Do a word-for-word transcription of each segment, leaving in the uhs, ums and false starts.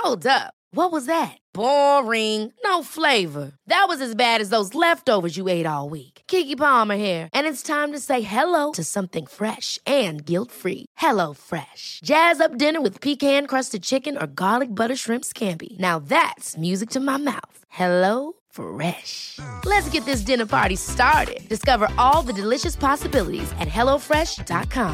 Hold up. What was that? Boring. No flavor. That was as bad as those leftovers you ate all week. Keke Palmer here, and it's time to say hello to something fresh and guilt-free. Hello Fresh. Jazz up dinner with pecan-crusted chicken or garlic butter shrimp scampi. Now that's music to my mouth. Hello Fresh. Let's get this dinner party started. Discover all the delicious possibilities at hello fresh dot com.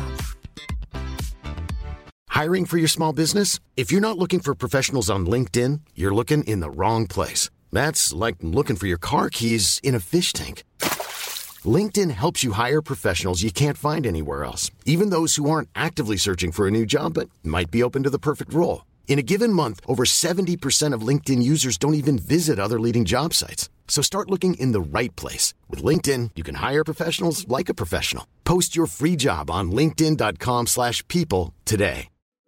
Hiring for your small business? If you're not looking for professionals on LinkedIn, you're looking in the wrong place. That's like looking for your car keys in a fish tank. LinkedIn helps you hire professionals you can't find anywhere else, even those who aren't actively searching for a new job but might be open to the perfect role. In a given month, over seventy percent of LinkedIn users don't even visit other leading job sites. So start looking in the right place. With LinkedIn, you can hire professionals like a professional. Post your free job on linkedin dot com slash people today.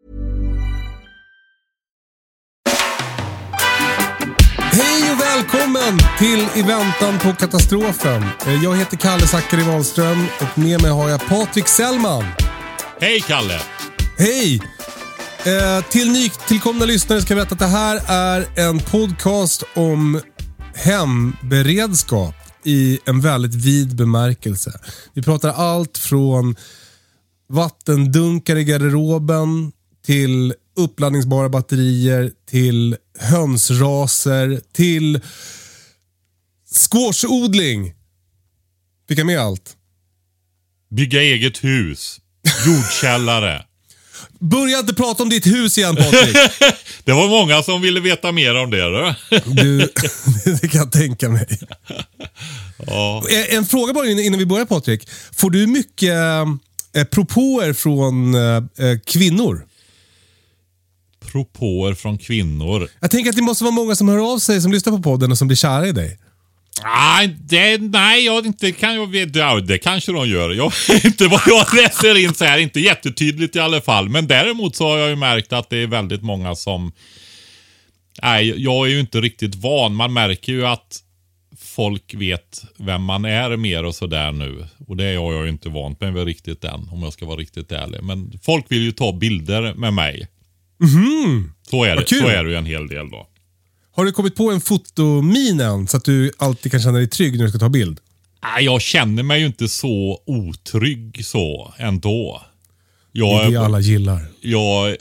Hej och välkommen till I väntan på katastrofen. Jag heter Kalle Zackari Wahlström och med mig har jag Patrik Sellman. Hej Kalle! Hej! Eh, till nytillkomna lyssnare ska jag berätta att det här är en podcast om hemberedskap i en väldigt vid bemärkelse. Vi pratar allt från vattendunkar i garderoben till uppladdningsbara batterier, till hönsraser, till squashodling. Fick jag med allt? Bygga eget hus. Jordkällare. Börja inte prata om ditt hus igen, Patrik. Det var många som ville veta mer om det då. Du, det kan jag tänka mig. Ja. En, en fråga bara innan vi börjar, Patrik. Får du mycket eh, propåer från eh, kvinnor? Propåer från kvinnor. Jag tänker att det måste vara många som hör av sig, som lyssnar på podden och som blir kära i dig. Nej, det, nej, jag inte kan jag vet, ja, det kanske de gör. Jag vet inte vad jag läser in så här, inte jättetydligt i alla fall, men däremot så har jag ju märkt att det är väldigt många som nej, jag är ju inte riktigt van. Man märker ju att folk vet vem man är mer och så där nu, och det är jag ju inte van med riktigt än, om jag ska vara riktigt ärlig. Men folk vill ju ta bilder med mig. Mm. Så är det, så är det ju en hel del då. Har du kommit på en fotomin än så att du alltid kan känna dig trygg när du ska ta bild? Nej, jag känner mig ju inte så otrygg så ändå. Jag, det är det alla gillar. Jag,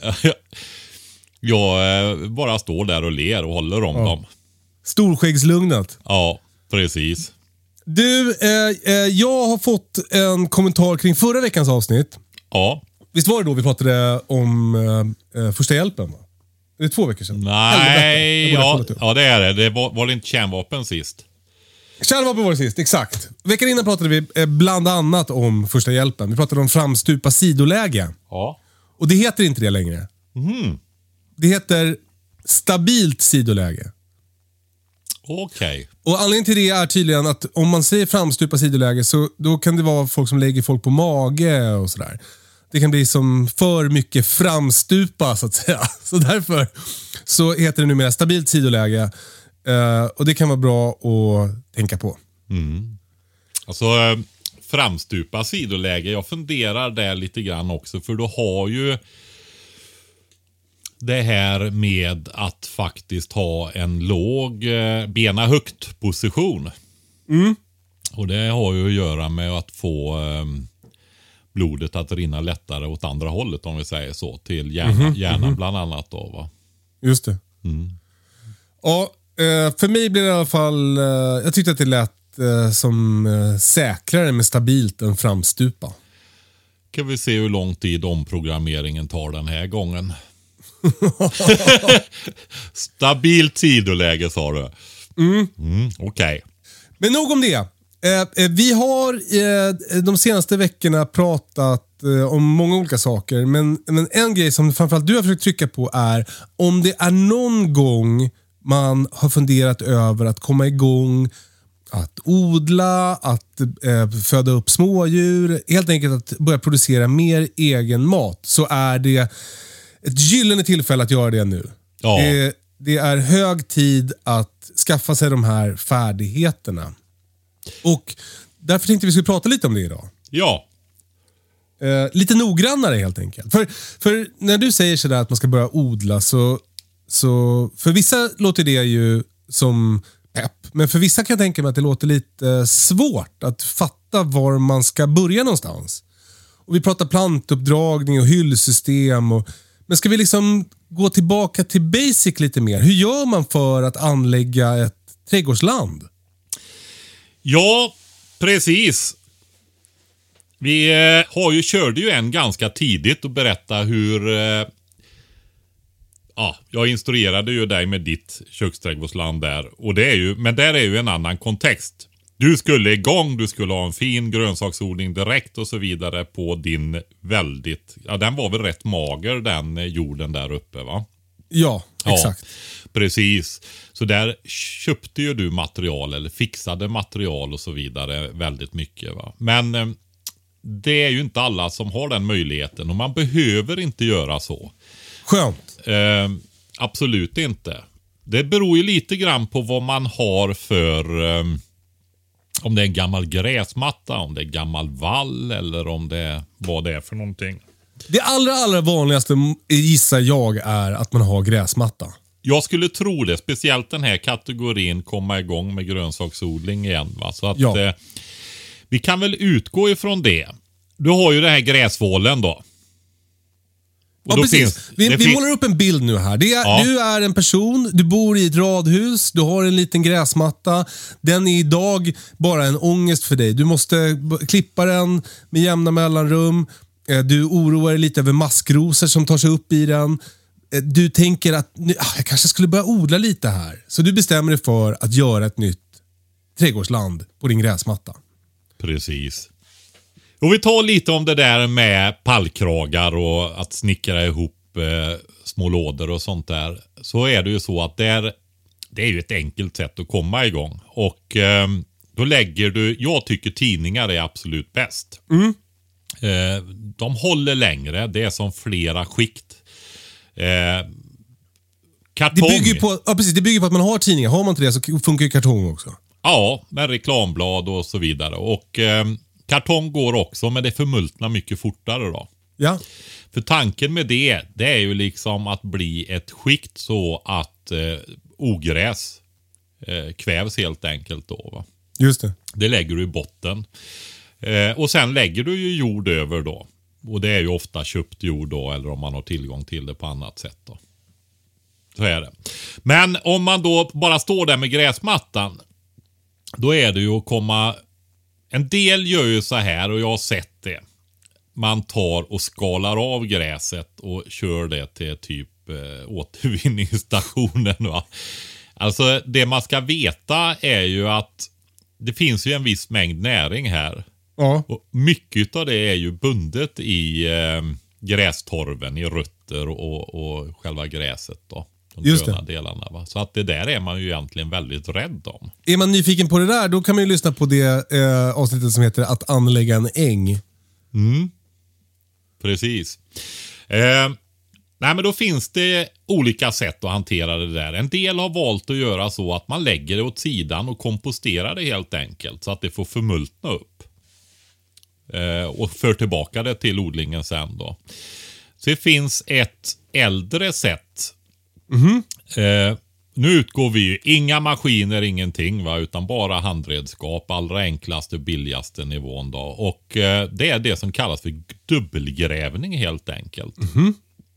jag bara står där och ler och håller om ja. dem. Storskäggslugnet. Ja, precis. Du, eh, eh, jag har fått en kommentar kring förra veckans avsnitt. Ja. Visst var det då vi pratade om eh, första hjälpen, va? Det är två veckor sedan. Nej, ja, ja det är det. Det var, var det inte kärnvapen sist? Kärnvapen var det sist, exakt. Veckan innan pratade vi eh, bland annat om första hjälpen. Vi pratade om framstupa sidoläge. Ja. Och det heter inte det längre. Mm. Det heter stabilt sidoläge. Okej. Okay. Och anledningen till det är tydligen att om man säger framstupa sidoläge så då kan det vara folk som lägger folk på mage och sådär. Det kan bli som för mycket framstupa så att säga. Så därför så heter det numera stabilt sidoläge. Uh, och det kan vara bra att tänka på. Mm. Alltså framstupa sidoläge, jag funderar där lite grann också. För då har ju det här med att faktiskt ha en låg eh, bena högt position. Mm. Och det har ju att göra med att få eh, blodet att rinna lättare åt andra hållet, om vi säger så, till hjärnan, mm-hmm, hjärnan mm-hmm. bland annat då, va? Just det. Mm. Ja, för mig blir det i alla fall, jag tyckte att det lät som säkrare med stabilt än framstupa. Kan vi se hur lång tid omprogrammeringen tar den här gången. Stabilt sidoläge sa du. Mm. Mm, okej. Okay. Men nog om det. Eh, vi har eh, de senaste veckorna pratat eh, om många olika saker. Men, men en grej som framförallt du har försökt trycka på är om det är någon gång man har funderat över att komma igång, att odla, att eh, föda upp smådjur, helt enkelt att börja producera mer egen mat, så är det ett gyllene tillfälle att göra det nu. Ja. Det, det är hög tid att skaffa sig de här färdigheterna. Och därför tänkte vi skulle prata lite om det idag. Ja. Eh, lite noggrannare helt enkelt. För, för när du säger sådär att man ska börja odla, så så för vissa låter det ju som pepp. Men för vissa kan jag tänka mig att det låter lite svårt att fatta var man ska börja någonstans. Och vi pratar plantuppdragning och hyllsystem. Och, men ska vi liksom gå tillbaka till basic lite mer? Hur gör man för att anlägga ett trädgårdsland? Ja, precis. Vi eh, har ju, körde ju en ganska tidigt och berätta hur... Eh, ja, jag instruerade ju dig med ditt köksträdgårdsland där. Och det är ju, men där är ju en annan kontext. Du skulle igång, du skulle ha en fin grönsaksodling direkt och så vidare på din väldigt... Ja, den var väl rätt mager, den jorden där uppe, va? Ja, exakt. Ja, precis. Så där köpte ju du material eller fixade material och så vidare väldigt mycket, va? Men eh, det är ju inte alla som har den möjligheten och man behöver inte göra så. Skönt. Eh, absolut inte. Det beror ju lite grann på vad man har för... Eh, om det är en gammal gräsmatta, om det är gammal vall eller om det är vad det är för någonting. Det allra, allra vanligaste gissar jag är att man har gräsmatta. Jag skulle tro det. Speciellt den här kategorin komma igång med grönsaksodling igen. Va? Så att Ja. eh, vi kan väl utgå ifrån det. Du har ju den här gräsvålen då. Och Ja, då precis. finns, vi det vi fin- målar upp en bild nu här. Det är, Ja. Du är en person, du bor i ett radhus, du har en liten gräsmatta. Den är idag bara en ångest för dig. Du måste b- klippa den med jämna mellanrum. Eh, Du oroar dig lite över maskrosor som tar sig upp i den. Eh, Du tänker att nu, ah, jag kanske skulle börja odla lite här. Så du bestämmer dig för att göra ett nytt trädgårdsland på din gräsmatta. Precis. Och vi tar lite om det där med pallkragar och att snickra ihop eh, små lådor och sånt där. Så är det ju så att där, det är ju ett enkelt sätt att komma igång. Och eh, då lägger du, jag tycker tidningar är absolut bäst. Mm. Eh, de håller längre, det är som flera skikt. Eh, kartong. Det bygger, på, ja, precis, det bygger på att man har tidningar. Har man inte det så funkar ju kartong också. Ja, med reklamblad och så vidare. Och eh, kartong går också, men det förmultnar mycket fortare då. Ja. För tanken med det, det är ju liksom att bli ett skikt så att eh, ogräs eh, kvävs helt enkelt då, va? Just det. Det lägger du i botten. Eh, och sen lägger du ju jord över då. Och det är ju ofta köpt jord då, eller om man har tillgång till det på annat sätt då. Så är det. Men om man då bara står där med gräsmattan, då är det ju att komma... En del gör ju så här, och jag har sett det. Man tar och skalar av gräset och kör det till typ eh, återvinningsstationen, va? Alltså det man ska veta är ju att det finns ju en viss mängd näring här. Ja. Och mycket av det är ju bundet i eh, grästorven, i rötter och, och själva gräset då. De Just gröna det. delarna, va? Så att det där är man ju egentligen väldigt rädd om. Är man nyfiken på det där, då kan man ju lyssna på det eh, avsnittet som heter Att anlägga en äng. Mm. Precis. Eh, nej men då finns det olika sätt att hantera det där. En del har valt att göra så att man lägger det åt sidan och komposterar det helt enkelt. Så att det får förmultna upp. Eh, och för tillbaka det till odlingen sen då. Så det finns ett äldre sätt. Mhm. Eh, nu utgår vi ju inga maskiner, ingenting, va, utan bara handredskap, allra enklaste, billigaste nivån då. Och eh, det är det som kallas för dubbelgrävning helt enkelt. Mhm.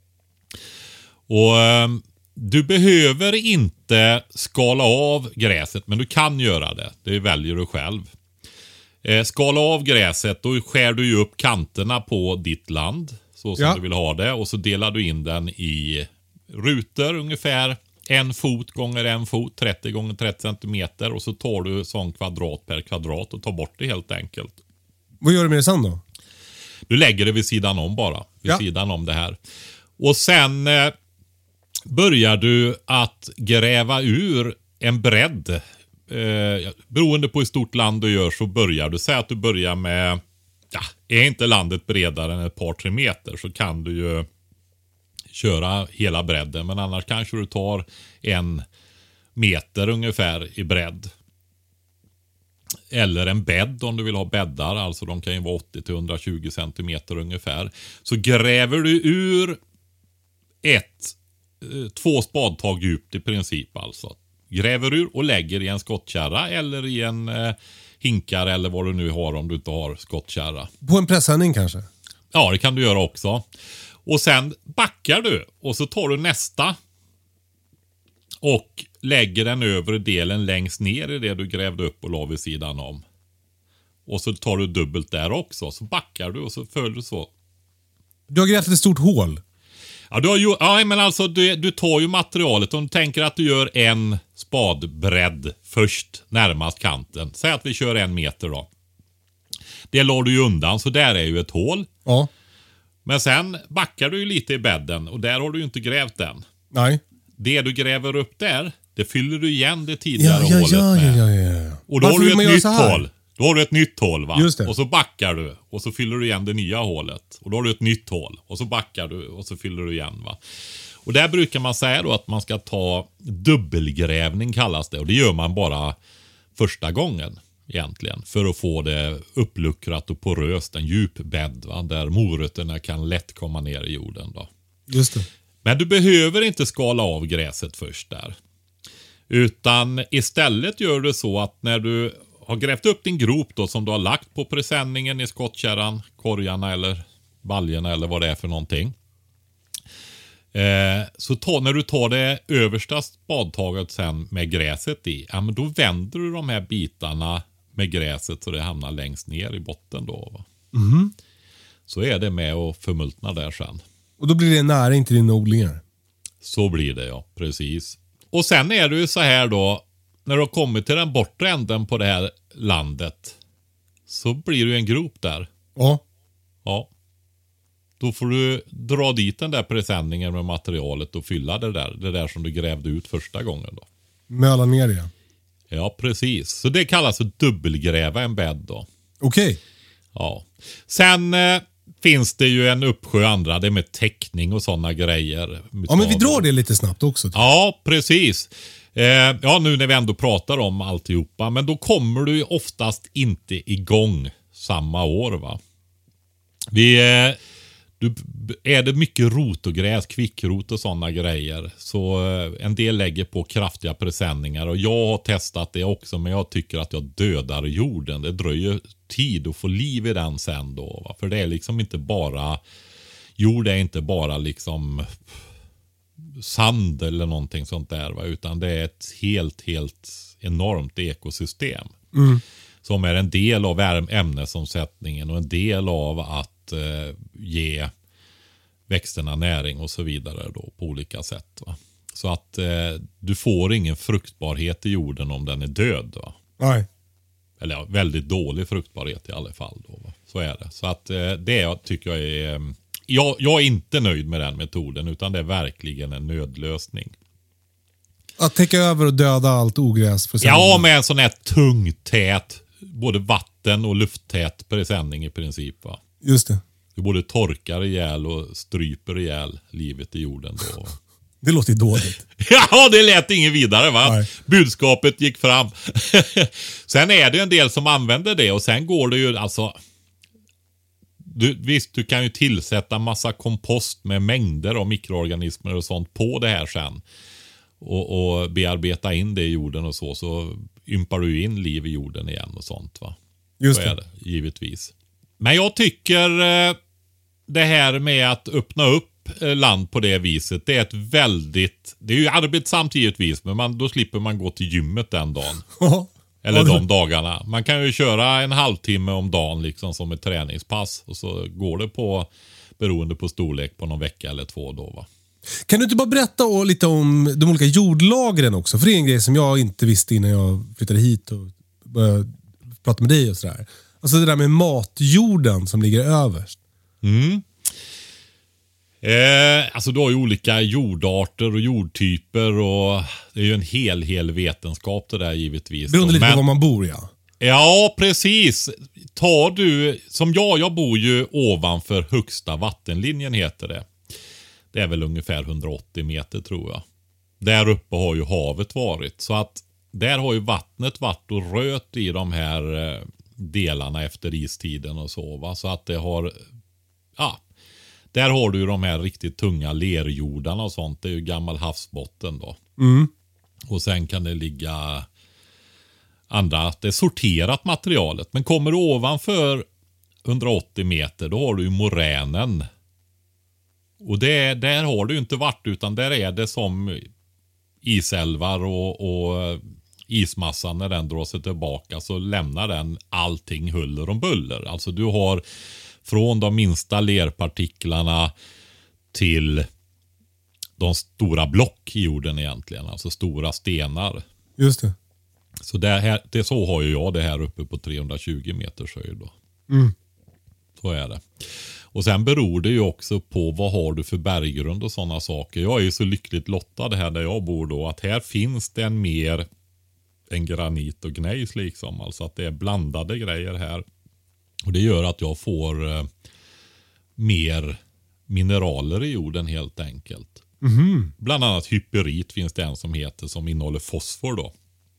Och eh, du behöver inte skala av gräset, men du kan göra det. Det väljer du själv. Eh, skala av gräset, då skär du ju upp kanterna på ditt land så som Ja. du vill ha det, och så delar du in den i rutor ungefär en fot gånger en fot, trettio gånger trettio centimeter, och så tar du sån kvadrat per kvadrat och tar bort det helt enkelt. Vad gör du med det sen då? Du lägger det vid sidan om bara, vid Ja. sidan om det här. Och sen eh, börjar du att gräva ur en bredd. Eh, beroende på hur stort land du gör så börjar du, säga att du börjar med, ja, är inte landet bredare än ett par tre meter så kan du ju köra hela bredden, men annars kanske du tar en meter ungefär i bredd. Eller en bädd om du vill ha bäddar, alltså de kan ju vara åttio till hundratjugo centimeter ungefär. Så gräver du ur ett eh, två spadtag djupt i princip alltså. Gräver ur och lägger i en skottkärra eller i en eh, hinkar eller vad du nu har om du inte har skottkärra. På en presshällning kanske? Ja, det kan du göra också. Och sen backar du och så tar du nästa och lägger den övre delen längst ner i det du grävde upp och la vid sidan om. Och så tar du dubbelt där också. Så backar du och så följer du så. Du har grävt ett stort hål. Ja, du har ju, ja men alltså du, du tar ju materialet. Om du tänker att du gör en spadbredd först närmast kanten. Säg att vi kör en meter då. Det la du ju undan, så där är ju ett hål. Ja. Men sen backar du ju lite i bädden och där har du ju inte grävt än. Nej. Det du gräver upp där, det fyller du igen det tidigare ja, ja, hålet ja, med. ja, ja, ja. Och då Varför har du vill man ett göra nytt så här? hål. Då har du ett nytt hål va? Just det. Och så backar du och så fyller du igen det nya hålet. Och då har du ett nytt hål. Och så backar du och så fyller du igen va? Och där brukar man säga då att man ska ta dubbelgrävning kallas det. Och det gör man bara första gången egentligen. För att få det uppluckrat och poröst, en djup bädd va? Där morötterna kan lätt komma ner i jorden då. Just det. Men du behöver inte skala av gräset först där. Utan istället gör du så att när du har grävt upp din grop då som du har lagt på presenningen i skottkärran, korgarna eller baljorna eller vad det är för någonting. Eh, så ta, när du tar det översta spadtaget sen med gräset i, ja men då vänder du de här bitarna med gräset så det hamnar längst ner i botten då. Va? Mm. Så är det med att förmultna där sen. Och då blir det näring till dina odlingar. Så blir det ja, precis. Och sen är det ju så här då, när du har kommit till den bortre änden på det här landet så blir det ju en grop där. Ja. Ja. Då får du dra dit den där presenningen med materialet och fylla det där. Det där som du grävde ut första gången då. Möla ner det. Ja, precis. Så det kallas för dubbelgräva en bädd då. Okej. Okay. Ja. Sen eh, finns det ju en uppsjö andra. Det är med täckning och sådana grejer. Ja, men vi drar det lite snabbt också. Ja, precis. Eh, ja, nu när vi ändå pratar om alltihopa. Men då kommer du ju oftast inte igång samma år va. Vi... Eh, Du, är det mycket rot och gräs, kvickrot och sådana grejer, så eh, en del lägger på kraftiga presenningar och jag har testat det också, men jag tycker att jag dödar jorden. Det dröjer tid att få liv i den sen då, va? För det är liksom inte bara jord, är inte bara liksom sand eller någonting sånt där va? Utan det är ett helt, helt enormt ekosystem mm. som är en del av ämnesomsättningen och en del av att ge växterna näring och så vidare då på olika sätt va? Så att eh, du får ingen fruktbarhet i jorden om den är död va? Nej. Eller ja, väldigt dålig fruktbarhet i alla fall då va? Så är det. Så att eh, det tycker jag är eh, jag, jag är inte nöjd med den metoden, utan det är verkligen en nödlösning. Att täcka över och döda allt ogräs för sändning. Ja, med en sån här tung tät, både vatten och lufttät presenning i princip va? Just det. Du både torkar ihjäl och stryper ihjäl livet i jorden då. Det låter ju dåligt. Ja, det lät ingen vidare va? Nej. Budskapet gick fram. Sen är det en del som använder det och sen går det ju alltså... Du, visst, du kan ju tillsätta massa kompost med mängder av mikroorganismer och sånt på det här sen. Och, och bearbeta in det i jorden och så. Så ympar du in liv i jorden igen och sånt va? Just så det. är det, givetvis. Men jag tycker eh, det här med att öppna upp eh, land på det viset, det är ett väldigt, det är ju arbetsamt givetvis, men man, då slipper man gå till gymmet den dagen. Eller Ja, det- de dagarna. Man kan ju köra en halvtimme om dagen liksom som ett träningspass. Och så går det på, beroende på storlek, på någon vecka eller två då va. Kan du inte bara berätta och lite om de olika jordlagren också? För det är en grej som jag inte visste innan jag flyttade hit och började prata med dig och sådär. Alltså det där med matjorden som ligger överst. Mm. Eh, alltså du har ju olika jordarter och jordtyper och det är ju en hel, hel vetenskap det där givetvis. Beroende lite Men- på var man bor, ja. Ja, precis. Tar du, som jag, jag bor ju ovanför högsta vattenlinjen heter det. Det är väl ungefär hundraåttio meter tror jag. Där uppe har ju havet varit. Så att där har ju vattnet varit och rört i de här eh, delarna efter istiden och så va. Så att det har, ja, där har du ju de här riktigt tunga lerjordarna och sånt. Det är ju gammal havsbotten då. Mm. Och sen kan det ligga andra, det är sorterat materialet. Men kommer du ovanför hundraåttio meter, då har du ju moränen. Och det, där har du ju inte varit, utan där är det som isälvar och, och ismassan när den drar sig tillbaka, så lämnar den allting huller om buller. Alltså du har från de minsta lerpartiklarna till de stora block i jorden egentligen. Alltså stora stenar. Just det. Så det här, det, så har ju jag det här uppe på trehundratjugo meters höjd då. Mm. Så är det. Och sen beror det ju också på vad har du för berggrund och sådana saker. Jag är ju så lyckligt lottad här där jag bor då, att här finns det en mer en granit och gnejs liksom. Alltså att det är blandade grejer här. Och det gör att jag får eh, mer mineraler i jorden helt enkelt. Mm. Bland annat hyperit finns det en som heter, som innehåller fosfor då.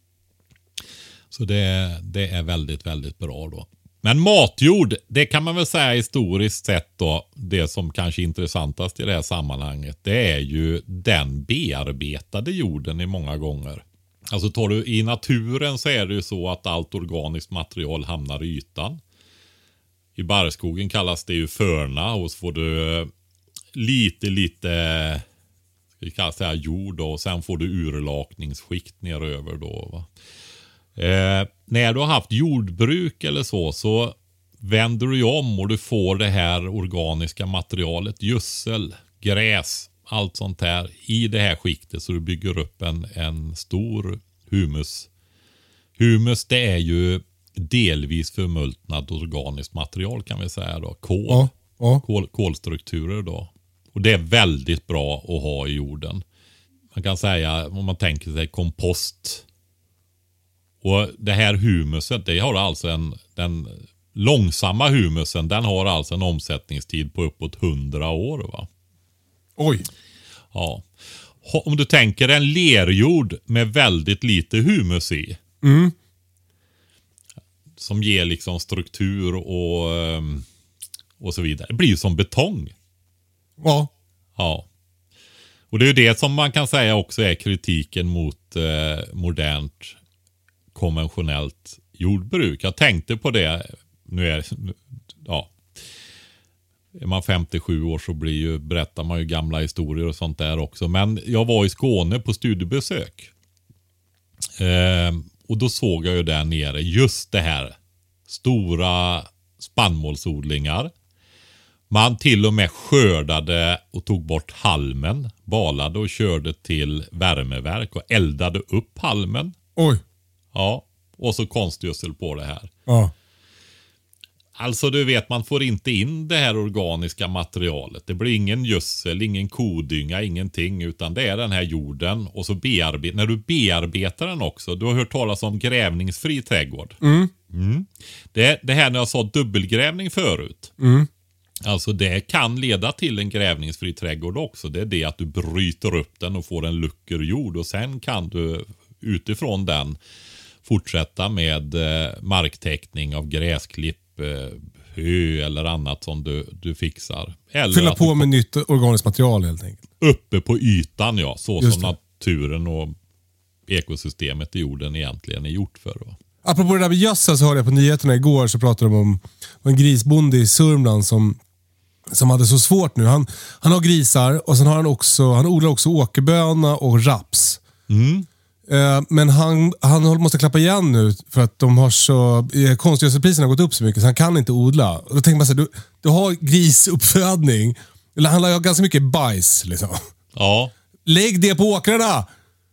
Så det, det är väldigt, väldigt bra då. Men matjord, det kan man väl säga historiskt sett då, det som kanske är intressantast i det här sammanhanget, det är ju den bearbetade jorden i många gånger. Alltså tar du i naturen, så är det ju så att allt organiskt material hamnar i ytan. I barrskogen kallas det ju förna, och så får du lite, lite, ska vi kalla säga jord då, och sen får du urlakningsskikt neröver då, va. Eh, när du har haft jordbruk eller så, så vänder du om och du får det här organiska materialet, gödsel, gräs, allt sånt här i det här skiktet, så du bygger upp en, en stor humus. Humus, det är ju delvis förmultnat organiskt material kan vi säga då. Kol, Ja, ja. Kol, kolstrukturer då. Och det är väldigt bra att ha i jorden. Man kan säga, om man tänker sig kompost. Och det här humuset, det har alltså en, den långsamma humusen, den har alltså en omsättningstid på uppåt hundra år, va? Oj. Ja. Om du tänker en lerjord med väldigt lite humus i. Mm. Som ger liksom struktur och, och så vidare. Det blir ju som betong. Ja. Ja. Och det är ju det som man kan säga också är kritiken mot eh, modernt konventionellt jordbruk. Jag tänkte på det, nu är ja, är man femtiosju år så blir ju, berättar man ju gamla historier och sånt där också. Men jag var i Skåne på studiebesök. Eh, och då såg jag ju där nere just det här. Stora spannmålsodlingar. Man till och med skördade och tog bort halmen. Balade och körde till värmeverk och eldade upp halmen. Oj. Ja, och så konstgödsel på det här. Ja. Alltså du vet, man får inte in det här organiska materialet. Det blir ingen gödsel, ingen kodynga, ingenting. Utan det är den här jorden. Och så bearbetar, när du bearbetar den också. Du har hört talas om grävningsfri trädgård. Mm. Mm. Det, det här när jag sa dubbelgrävning förut. Mm. Alltså det kan leda till en grävningsfri trädgård också. Det är det att du bryter upp den och får en lucker jord. Och sen kan du utifrån den fortsätta med eh, marktäckning av gräsklipp, eh, hö eller annat som du, du fixar. Eller Fylla på du, med nytt organiskt material helt enkelt. uppe på ytan, ja. Så Just som det. naturen och ekosystemet i jorden egentligen är gjort för. Va? Apropå det där med gödsel, så hörde jag på nyheterna igår, så pratade de om en grisbonde i Sörmland som, som hade så svårt nu. Han, han har grisar och sen har han också, han odlar också åkerböna och raps. Mm. Eh, men han, han måste klappa igen nu för att de har så, eh, konstgödselpriserna har gått upp så mycket så han kan inte odla. Och då tänker man så här, du, du har grisuppfödning, eller han har ganska mycket bajs liksom. Ja. Lägg det på åkrarna!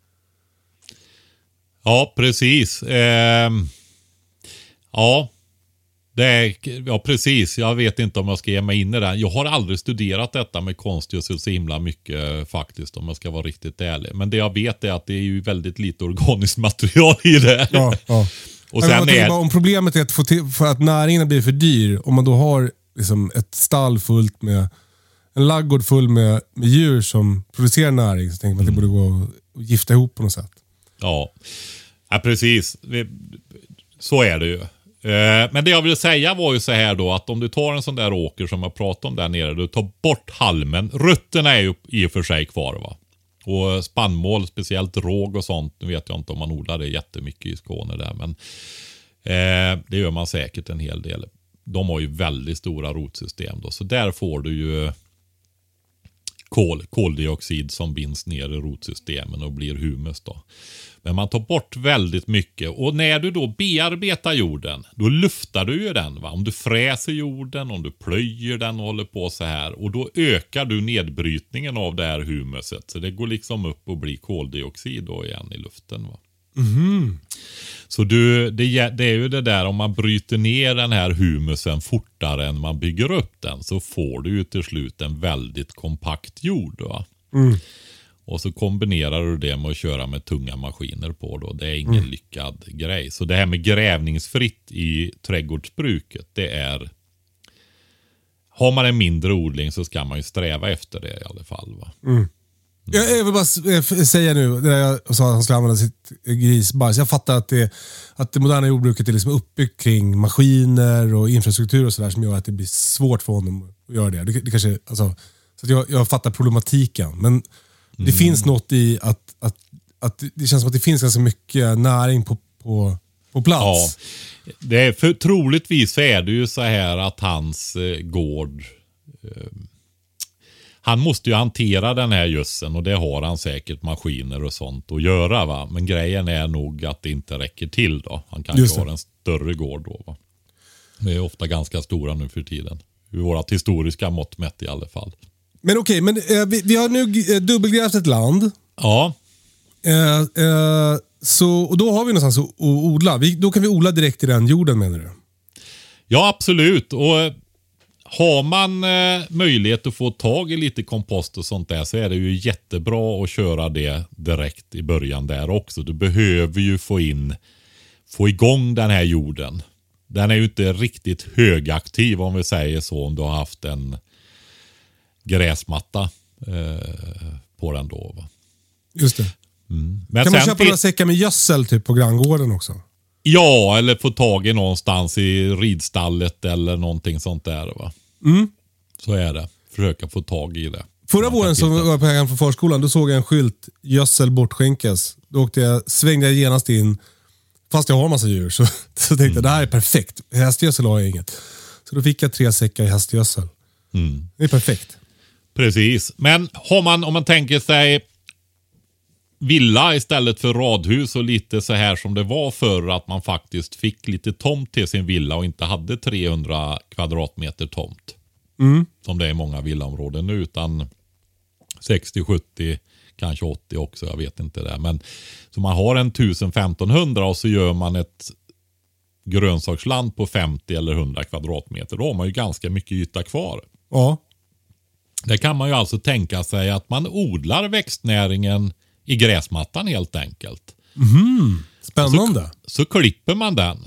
Ja, precis. Eh, ja, det är, ja, precis. Jag vet inte om jag ska ge mig in i det. Jag har aldrig studerat detta med konstgödsel så himla mycket faktiskt, om jag ska vara riktigt ärlig. Men det jag vet är att det är ju väldigt lite organiskt material i det. Ja, ja. Och Men sen jag tänker är... bara, om problemet är att, få till, för att näringen blir för dyr, om man då har liksom ett stall fullt med, en laggård full med, med djur som producerar näring, så tänker man att det borde gå att gifta ihop på något sätt. Ja, ja precis. Så är det ju. Eh, men det jag vill säga var ju så här då, att om du tar en sån där åker som jag pratade om där nere, du tar bort halmen. Rötterna är ju i och för sig kvar, va. Och spannmål, speciellt råg och sånt, nu vet jag inte om man odlar det jättemycket i Skåne där, men eh, det gör man säkert en hel del. De har ju väldigt stora rotsystem då, så där får du ju kol, koldioxid som binds ner i rotsystemen och blir humus då. Men man tar bort väldigt mycket, och när du då bearbetar jorden, då luftar du ju den, va. Om du fräser jorden, om du plöjer den och håller på så här, och då ökar du nedbrytningen av det här humuset, så det går liksom upp och blir koldioxid då igen i luften, va. Mm. Så du, det, det är ju det där, om man bryter ner den här humusen fortare än man bygger upp den, så får du ju till slut en väldigt kompakt jord, va. Mm. Och så kombinerar du det med att köra med tunga maskiner på då. Det är ingen mm. lyckad grej. Så det här med grävningsfritt i trädgårdsbruket, det är... Har man en mindre odling så ska man ju sträva efter det i alla fall, va. Mm. Jag, jag vill bara säga nu, det jag sa att han skulle använda sitt grisbajs. Jag fattar att det, att det moderna jordbruket är liksom uppbyggt kring maskiner och infrastruktur och sådär, som gör att det blir svårt för honom att göra det. Det, det kanske, alltså, så att jag, jag fattar problematiken, men det mm. finns något i att, att, att det känns som att det finns ganska mycket näring på, på, på plats. Ja, det är för, troligtvis är det ju så här att hans eh, gård... Eh, han måste ju hantera den här gödseln, och det har han säkert maskiner och sånt att göra, va. Men grejen är nog att det inte räcker till då. Han kanske har en större gård då, va. Det är ofta ganska stora nu för tiden. I vårat historiska mått mätt i alla fall. Men okej, men eh, vi, vi har nu eh, dubbelgrävt ett land. Ja. Eh, eh, så, och då har vi någonstans att, att odla. Vi, då kan vi odla direkt i den jorden, menar du? Ja, absolut. Och har man eh, möjlighet att få tag i lite kompost och sånt där, så är det ju jättebra att köra det direkt i början där också. Du behöver ju få in, få igång den här jorden. Den är ju inte riktigt högaktiv, om vi säger så, om du har haft en gräsmatta eh, på den då, va. Just det. Mm. Men kan man köpa till... några säckar med gödsel typ på granngården också? Ja, eller få tag i någonstans i ridstallet eller någonting sånt där, va. Mm. Så är det. Försöka få tag i det. Förra våren så var jag på vägen från förskolan, då såg jag en skylt, gödsel bortskänkes. Då åkte jag, svängde jag genast in, fast jag har massa djur, så, så tänkte jag, mm. det här är perfekt. Hästgödsel har jag inget. Så då fick jag tre säckar i hästgödsel. Mm. Det är perfekt. Precis. Men har man, om man tänker sig villa istället för radhus och lite så här som det var förr, att man faktiskt fick lite tomt till sin villa och inte hade trehundra kvadratmeter tomt. Mm. Som det är i många villaområden nu, utan sextio sjuttio, kanske åttio också, jag vet inte det. Men så man har en tusen femtonhundra och så gör man ett grönsaksland på femtio eller hundra kvadratmeter. Då har man ju ganska mycket yta kvar. Ja. Där kan man ju alltså tänka sig att man odlar växtnäringen i gräsmattan helt enkelt. Mm, spännande. Så, så klipper man den.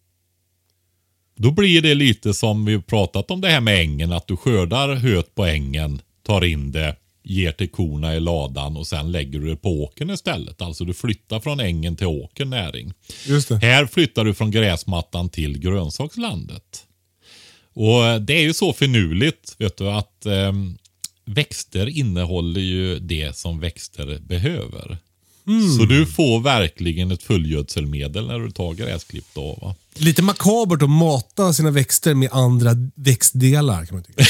Då blir det lite som vi pratat om det här med ängen. Att du skördar höet på ängen, tar in det, ger till korna i ladan och sen lägger du det på åkern istället. Alltså du flyttar från ängen till åkern näring. Just det. Här flyttar du från gräsmattan till grönsakslandet. Och det är ju så finurligt, vet du, att eh, växter innehåller ju det som växter behöver. Mm. Så du får verkligen ett fullgödselmedel när du tar gräsklipp då, va? Lite makabert att mata sina växter med andra växtdelar, kan man tycka.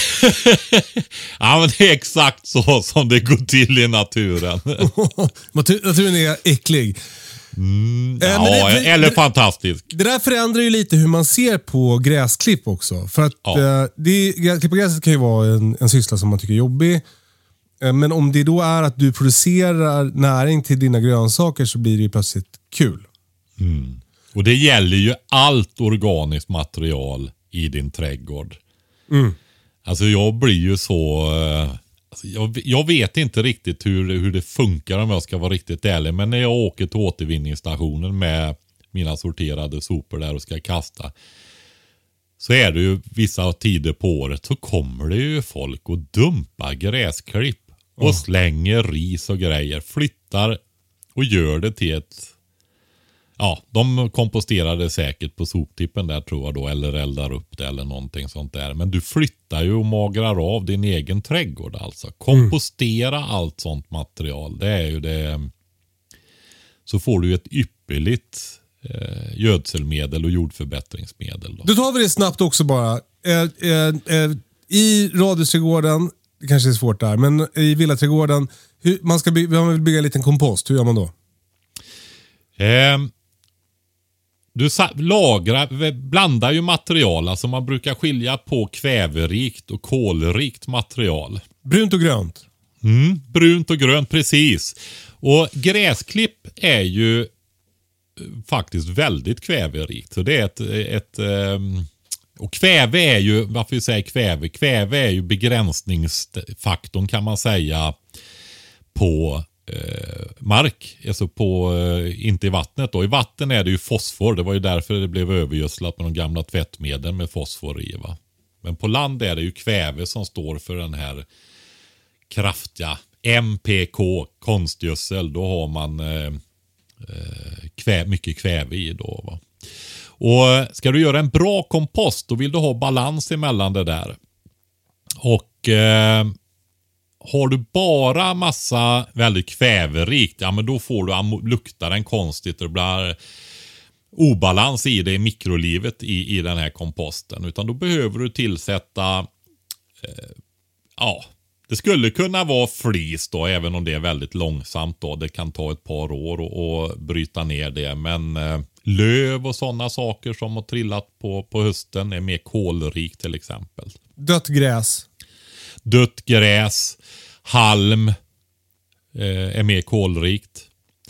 Ja, men det är exakt så som det går till i naturen. Naturen är äcklig. Mm, ja, äh, det, eller det, fantastisk. Det där förändrar ju lite hur man ser på gräsklipp också. För att ja. eh, det, klippa gräset kan ju vara en, en syssla som man tycker är jobbig. Eh, men om det då är att du producerar näring till dina grönsaker, så blir det ju plötsligt kul. Mm. Och det gäller ju allt organiskt material i din trädgård. Mm. Alltså jag blir ju så... Eh, alltså jag, jag vet inte riktigt hur, hur det funkar, om jag ska vara riktigt ärlig. Men när jag åker till återvinningsstationen med mina sorterade sopor där och ska kasta, så är det ju vissa tider på året så kommer det ju folk och dumpar gräsklipp och oh. slänger ris och grejer. Flyttar och gör det till ett ja, de komposterar det säkert på soptippen där tror jag då. Eller eldar upp det eller någonting sånt där. Men du flyttar ju och magrar av din egen trädgård alltså. Kompostera mm. allt sånt material. Det är ju det. Så får du ett ypperligt eh, gödselmedel och jordförbättringsmedel. Då. Då tar vi det snabbt också bara. Eh, eh, eh, I radhusträdgården, det kanske är svårt där, men i villaträdgården, hur, man, ska by- man vill bygga en liten kompost. Hur gör man då? Eh, du sa- lagrar, blandar ju material. Alltså man brukar skilja på kväverikt och kolrikt material. Brunt och grönt. Mm, brunt och grönt, precis. Och gräsklipp är ju faktiskt väldigt kväverikt. Så det är ett... ett um, och kväve är ju, varför vi säger kväve? Kväve är ju begränsningsfaktorn kan man säga på eh, mark. Alltså på, eh, inte i vattnet då. I vatten är det ju fosfor. Det var ju därför det blev övergödslat med de gamla tvättmedlen med fosfor i, va? Men på land är det ju kväve som står för den här kraftiga M P K, konstgödsel. Då har man eh, kväve, mycket kväve i då, va? Och ska du göra en bra kompost, då vill du ha balans emellan det där. Och eh, har du bara massa väldigt kväverikt, ja men då får du lukta den konstigt. Det blir obalans i det i mikrolivet i, i den här komposten. Utan då behöver du tillsätta eh, ja, det skulle kunna vara flis då, även om det är väldigt långsamt då. Det kan ta ett par år att bryta ner det. Men eh, löv och sådana saker som har trillat på, på hösten är mer kolrikt till exempel. Dött gräs. Dött gräs. Halm eh, är mer kolrikt.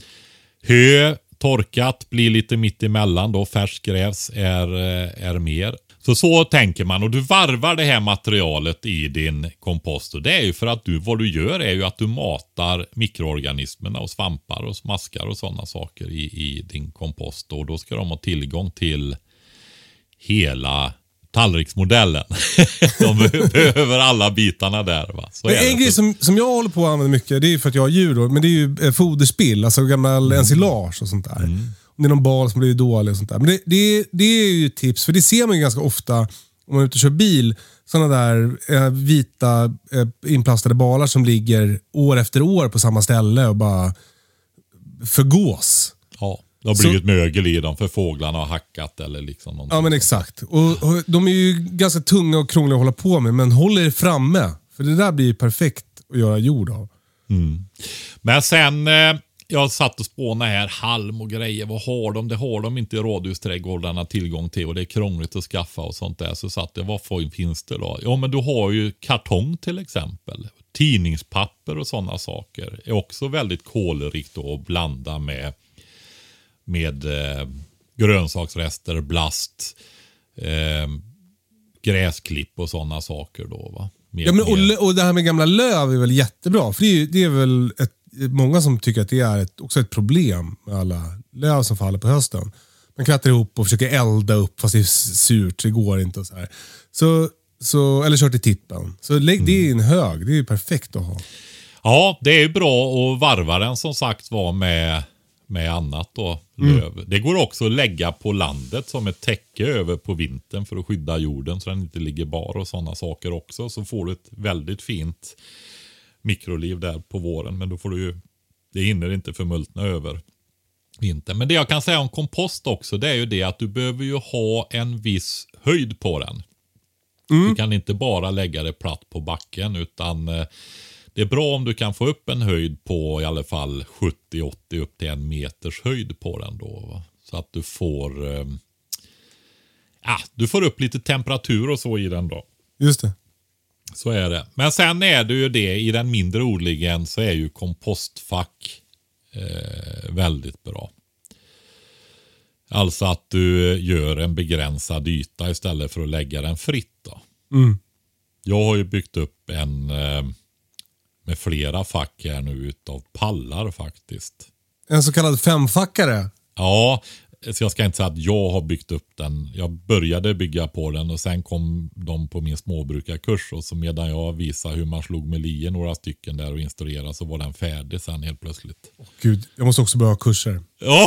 Hö, torkat, blir lite mitt emellan då. Färskgräs är, är mer. Så så tänker man, och du varvar det här materialet i din kompost. Och det är ju för att du, vad du gör är ju att du matar mikroorganismerna och svampar och maskar och sådana saker i, i din kompost. Och då ska de ha tillgång till hela tallriksmodellen. De behöver alla bitarna där, va? Så men en grej som, som jag håller på att använda mycket, det är för att jag har djur då, men det är ju eh, foderspill, alltså gammal mm. ensilage och sånt där. Mm. Om det är någon bal som blir dålig och sånt där. Men det, det, det är ju ett tips, för det ser man ju ganska ofta om man är ute och kör bil. Sådana där eh, vita eh, inplastade balar som ligger år efter år på samma ställe och bara förgås. Ja, det har blivit så mögel i dem för fåglarna har hackat eller liksom någonting. Ja, men exakt. Och, och de är ju ganska tunga och krångliga att hålla på med, men håller det framme. För det där blir ju perfekt att göra jord av. Mm. Men sen... Eh, jag satt och spånade här, halm och grejer, vad har de? Det har de inte i radhusträdgårdarna tillgång till och det är krångligt att skaffa och sånt där. Så satt jag, vad finns det då? Ja, men du har ju kartong till exempel. Tidningspapper och sådana saker är också väldigt kolrikt att blanda med, med eh, grönsaksrester, blast, eh, gräsklipp och sådana saker då, va? Med, ja, men, och, och det här med gamla löv är väl jättebra, för det är, det är väl ett många som tycker att det är ett, också ett problem med alla löv som faller på hösten. Man krattar ihop och försöker elda upp fast det är surt, det går inte och så här. Så, så, eller kör till tippen. Så lägg mm. det i en hög, det är ju perfekt att ha. Ja, det är ju bra att varva den som sagt var med, med annat då, löv. Mm. Det går också att lägga på landet som ett täcke över på vintern för att skydda jorden så den inte ligger bar och sådana saker också. Så får du ett väldigt fint mikroliv där på våren, men då får du ju, det hinner inte förmultna över vintern. Men det jag kan säga om kompost också, det är ju det att du behöver ju ha en viss höjd på den. Mm. Du kan inte bara lägga det platt på backen, utan eh, det är bra om du kan få upp en höjd på i alla fall sjuttio åttio upp till en meters höjd på den då, va? Så att du får eh, ja, du får upp lite temperatur och så i den då. Just det. Så är det. Men sen är det ju det, i den mindre odlingen så är ju kompostfack eh, väldigt bra. Alltså att du gör en begränsad yta istället för att lägga den fritt då. Mm. Jag har ju byggt upp en eh, med flera fack här nu utav pallar faktiskt. En så kallad femfackare? Ja, så jag ska inte säga att jag har byggt upp den. Jag började bygga på den och sen kom de på min småbrukarkurs. Och så medan jag visade hur man slog med lie några stycken där och instruerade så var den färdig sen helt plötsligt. Oh, Gud, jag måste också börja ha kurser. Ja.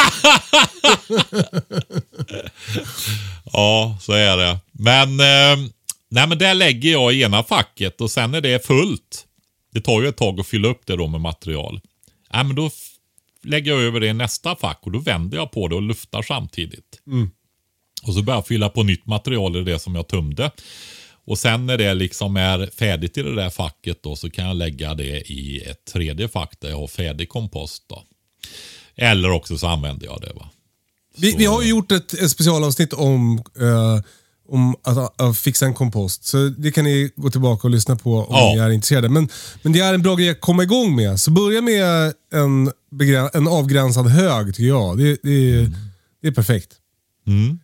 Ja, så är det. Men, eh, nej, men där lägger jag i ena facket och sen är det fullt. Det tar ju ett tag att fylla upp det då med material. Nej, men då f- lägger jag över det i nästa fack och då vänder jag på det och luftar samtidigt. Mm. Och så börjar jag fylla på nytt material i det som jag tömde. Och sen när det liksom är färdigt i det där facket då så kan jag lägga det i ett tredje fack där jag har färdig kompost då. Eller också så använder jag det va. Vi, vi har ju gjort ett, ett specialavsnitt om, eh, om att, att, att fixa en kompost. Så det kan ni gå tillbaka och lyssna på om Ja. ni är intresserade. Men, men det är en bra grej att komma igång med. Så börja med en, begräns, en avgränsad hög tycker jag. Det, det, mm. det är perfekt. Mm.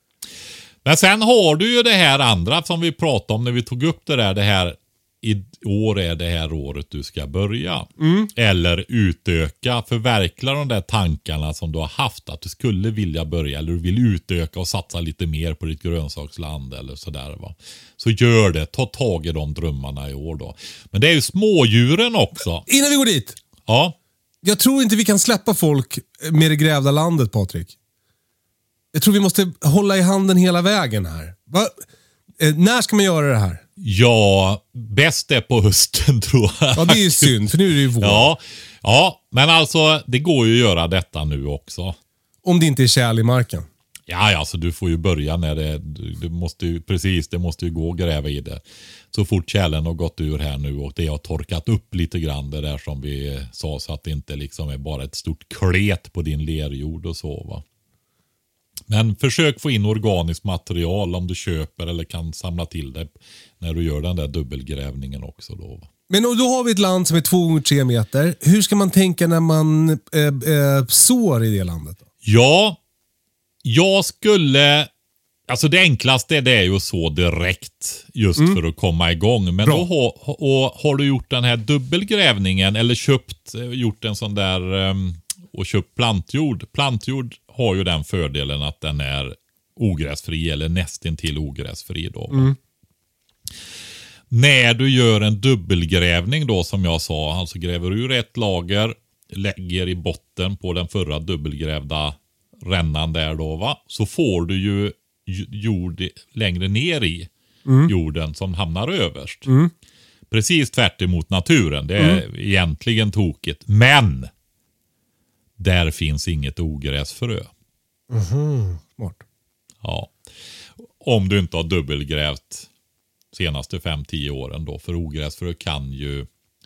Men sen har du ju det här andra som vi pratade om när vi tog upp det där. Det här i år är det här året du ska börja. Mm. Eller utöka, förverkliga de där tankarna som du har haft. Att du skulle vilja börja eller du vill utöka och satsa lite mer på ditt grönsaksland eller sådär va. Så gör det, ta tag i de drömmarna i år då. Men det är ju smådjuren också. Innan vi går dit. Ja. Jag tror inte vi kan släppa folk med det grävda landet, Patrik. Jag tror vi måste hålla i handen hela vägen här. Va? Eh, när ska man göra det här? Ja, bäst är på hösten tror jag. Ja, det är ju synd, för nu är det ju vår. Ja, ja, men alltså det går ju att göra detta nu också. Om det inte är kärl i marken. Ja, ja, så du får ju börja när det, du, du måste ju, precis, det måste ju gå och gräva i det. Så fort kärlen har gått ur här nu och det har torkat upp lite grann det där som vi sa så att det inte liksom är bara ett stort klet på din lerjord och så va. Men försök få in organiskt material om du köper eller kan samla till det när du gör den där dubbelgrävningen också då. Men då har vi ett land som är två gånger tre meter. Hur ska man tänka när man äh, äh, sår i det landet? Då? Ja, jag skulle... Alltså det enklaste det är ju att så direkt just mm. för att komma igång. Men Bra. då har, och, har du gjort den här dubbelgrävningen eller köpt, gjort en sån där um, och köpt plantjord. Plantjord har ju den fördelen att den är ogräsfri eller nästintill ogräsfri då. Mm. När du gör en dubbelgrävning då som jag sa, alltså gräver ur ett lager, lägger i botten på den förra dubbelgrävda rännan där då va, så får du ju jord längre ner i mm. jorden som hamnar överst. Mm. Precis tvärt emot naturen. Det är mm. egentligen tokigt. Men där finns inget ogräsfrö. Mm. Smart. Ja. Om du inte har dubbelgrävt senaste fem till tio åren då. För ogräsfrö kan ju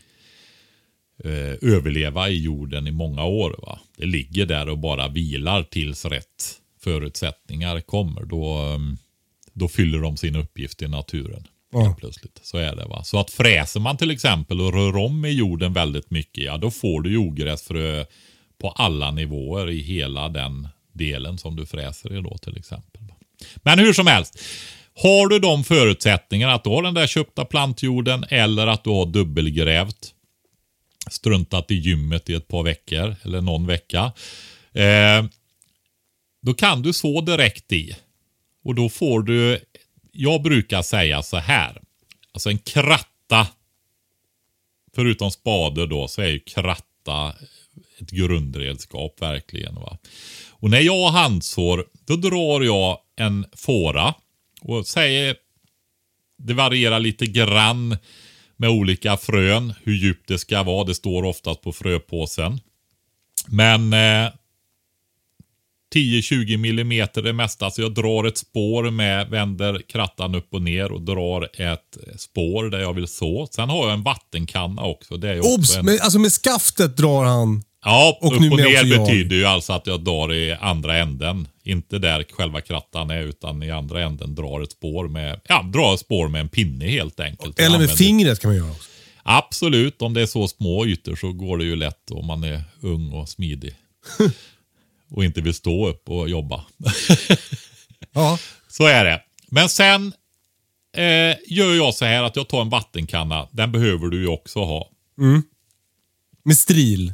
eh, överleva i jorden i många år. Va? Det ligger där och bara vilar tills rätt förutsättningar kommer. Då, då fyller de sin uppgift i naturen. Ja. Plötsligt. Så är det va. Så att fräser man till exempel och rör om i jorden väldigt mycket. Ja då får du ogräsfrö på alla nivåer i hela den delen som du fräser i då till exempel. Men hur som helst. Har du de förutsättningarna att du har den där köpta plantjorden eller att du har dubbelgrävt, struntat i gymmet i ett par veckor eller någon vecka. Eh, då kan du så direkt i. Och då får du, jag brukar säga så här. Alltså en kratta, förutom spader då, så är ju kratta ett grundredskap verkligen va. Och när jag handsår, då drar jag en fåra och säger, det varierar lite grann med olika frön hur djupt det ska vara. Det står oftast på fröpåsen. Men eh, tio till tjugo millimeter det mesta. Så jag drar ett spår med, vänder krattan upp och ner och drar ett spår där jag vill så. Sen har jag en vattenkanna också. Det är Obs! en... med, alltså med skaftet drar han. Ja, och upp och ner betyder ju alltså att jag drar i andra änden. Inte där själva krattan är utan i andra änden drar ett spår med, ja, drar ett spår med en pinne helt enkelt. Eller med fingret kan man göra också. Absolut, om det är så små ytor så går det ju lätt om man är ung och smidig. Och inte vill stå upp och jobba. Ja. Så är det. Men sen eh, gör jag så här att jag tar en vattenkanna. Den behöver du ju också ha. Mm. Med stril.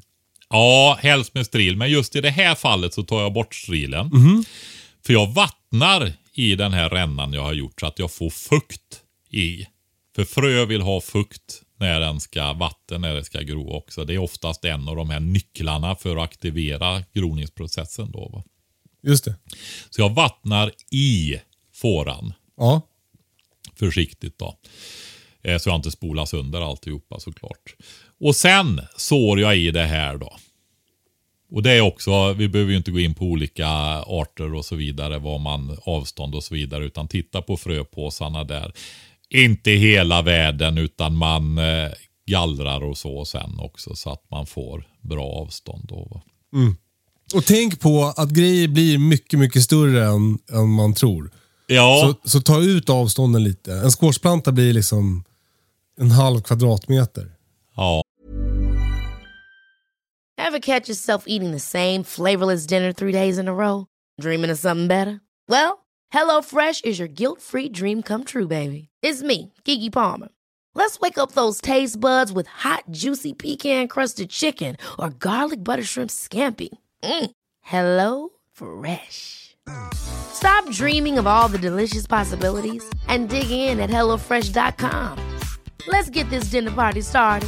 Ja, helst med stril. Men just i det här fallet så tar jag bort strilen. Mm. För jag vattnar i den här rännan jag har gjort så att jag får fukt i. För frö vill ha fukt när den ska vatten, när det ska gro också. Det är oftast en av de här nycklarna för att aktivera groningsprocessen då, va? Just det. Så jag vattnar i fåran. Ja. Försiktigt då. Eh, så jag inte spolas under alltihopa såklart. Och sen sår jag i det här då. Och det är också, vi behöver ju inte gå in på olika arter och så vidare, vad man avstånd och så vidare, utan titta på fröpåsarna där. Inte hela världen, utan man eh, gallrar och så sen också så att man får bra avstånd då. Mm. Och tänk på att grejer blir mycket, mycket större än, än man tror. Ja. Så, så ta ut avstånden lite. En squashplanta blir liksom en halv kvadratmeter. Ja. Ever catch yourself eating the same flavorless dinner three days in a row? Dreaming of something better? Well, HelloFresh is your guilt-free dream come true, baby. It's me, Keke Palmer. Let's wake up those taste buds with hot, juicy pecan-crusted chicken or garlic butter shrimp scampi. Mm. Hello Fresh. Stop dreaming of all the delicious possibilities and dig in at hello fresh dot com. Let's get this dinner party started.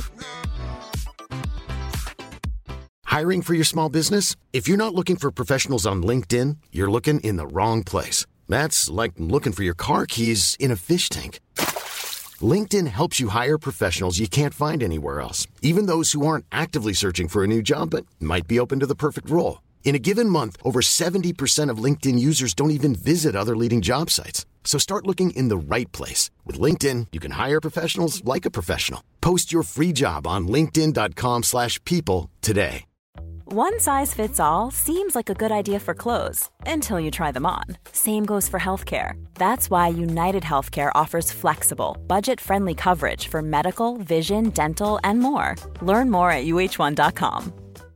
Hiring for your small business? If you're not looking for professionals on LinkedIn, you're looking in the wrong place. That's like looking for your car keys in a fish tank. LinkedIn helps you hire professionals you can't find anywhere else, even those who aren't actively searching for a new job but might be open to the perfect role. In a given month, over seventy percent of LinkedIn users don't even visit other leading job sites. So start looking in the right place. With LinkedIn, you can hire professionals like a professional. Post your free job on linkedin dot com slash people today. One size fits all seems like a good idea for clothes until you try them on. Same goes for healthcare. That's why United Healthcare offers flexible, budget-friendly coverage for medical, vision, dental, and more. Learn more at u h one dot com.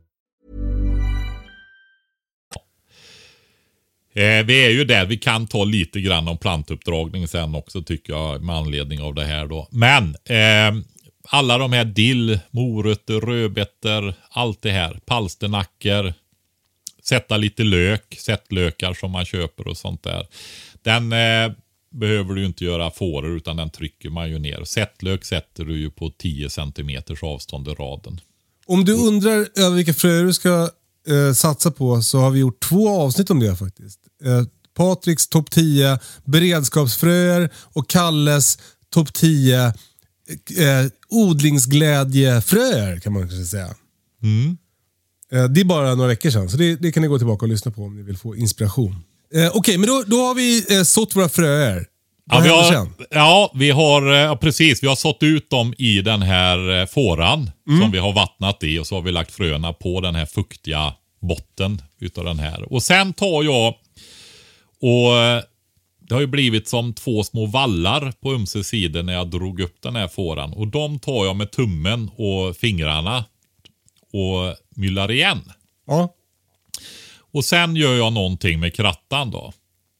Eh, vi är ju där, vi kan ta lite grann om plantuppdragning sen också tycker jag med anledning av det här då. Men eh, alla de här dill, morötter, rödbetor, allt det här, palsternackor, sätta lite lök, sättlökar som man köper och sånt där. Den eh, behöver du inte göra fåror utan den trycker man ju ner. Sättlök sätter du ju på tio centimeters avstånd i raden. Om du undrar över vilka fröer du ska eh, satsa på så har vi gjort två avsnitt om det faktiskt. Eh, Patriks topp tio beredskapsfröer och Kalles topp tio eh, odlingsglädjefröer kan man kanske säga. Mm. Eh, det är bara några veckor sedan så det, det kan ni gå tillbaka och lyssna på om ni vill få inspiration. Eh, Okej, okay, men då, då har vi eh, sått våra fröer. Ja vi, har, ja, vi har ja, precis. Vi har sått ut dem i den här fåran mm. som vi har vattnat i och så har vi lagt fröna på den här fuktiga botten utav den här. Och sen tar jag och det har ju blivit som två små vallar på ömse sidor när jag drog upp den här fåran. Och de tar jag med tummen och fingrarna och myllar igen. Ja. Och sen gör jag någonting med krattan då.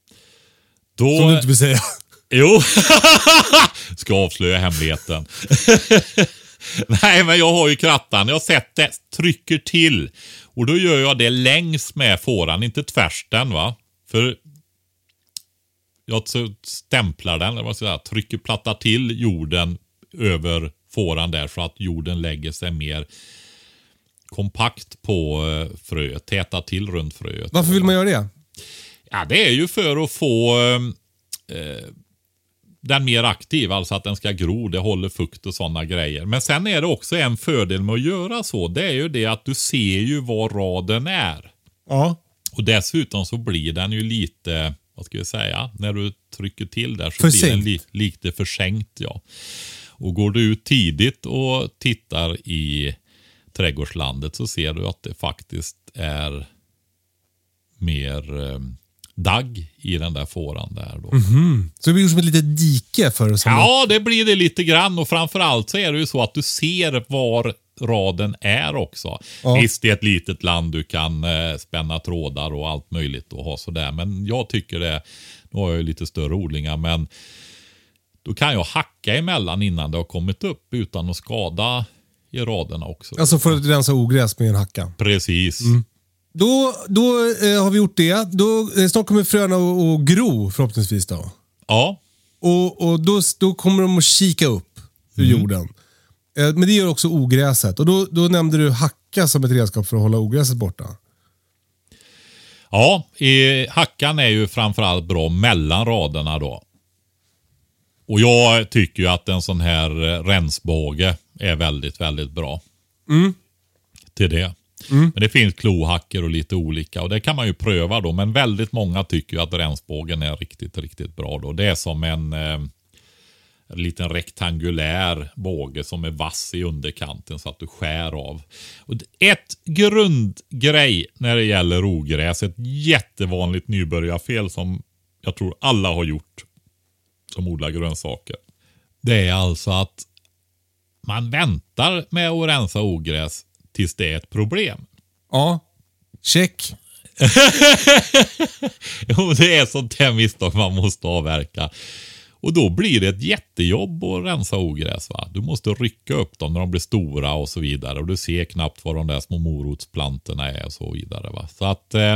då Som du inte vill säga. Jo, ska avslöja hemligheten. Nej, men jag har ju krattan. Jag har sett det, trycker till. Och då gör jag det längs med fåran, inte tvärs den va. För jag stämplar den, eller vad ska jag säga, trycker plattar till jorden över fåran där för att jorden lägger sig mer kompakt på fröet, täta till runt fröet. Varför vill man göra det? Ja, det är ju för att få eh, den mer aktiv, alltså att den ska gro, det håller fukt och sådana grejer. Men sen är det också en fördel med att göra så, det är ju det att du ser ju var raden är. Ja. Och dessutom så blir den ju lite, vad ska vi säga, när du trycker till där så försänkt. Blir den li, lite försänkt, ja. Och går du ut tidigt och tittar i trädgårdslandet så ser du att det faktiskt är mer eh, dagg i den där fåran där då. Mm-hmm. Så det blir som ett litet dike för oss. Ja, det blir det lite grann och framförallt så är det ju så att du ser var raden är också. Ja. Visst, det är ett litet land, du kan eh, spänna trådar och allt möjligt och ha sådär. Men jag tycker det, nu har jag ju lite större odlingar, men då kan jag hacka emellan innan det har kommit upp utan att skada i raderna också. Alltså för att rensa ogräs med en hacka. Precis. Mm. Då, då eh, har vi gjort det. Då, eh, snart kommer fröna och, och gro förhoppningsvis då. Ja. Och, och då, då kommer de att kika upp ur mm. jorden. Eh, men det gör också ogräset. Och då, då nämnde du hacka som ett redskap för att hålla ogräset borta. Ja, i, hackan är ju framförallt bra mellan raderna då. Och jag tycker ju att en sån här rensbåge är väldigt, väldigt bra. Mm. Till det. Mm. Men det finns klohacker och lite olika. Och det kan man ju pröva då. Men väldigt många tycker ju att rensbågen är riktigt, riktigt bra då. Det är som en, eh, en liten rektangulär båge som är vass i underkanten så att du skär av. Och ett grundgrej när det gäller ogräs. Ett jättevanligt nybörjarfel som jag tror alla har gjort som odlar grönsaker. Det är alltså att man väntar med att rensa ogräs tills det är ett problem. Ja, check. Jo, det är sånt här misstag man måste avverka. Och då blir det ett jättejobb att rensa ogräs, va? Du måste rycka upp dem när de blir stora och så vidare. Och du ser knappt vad de där små morotsplantorna är och så vidare, va? Så att eh,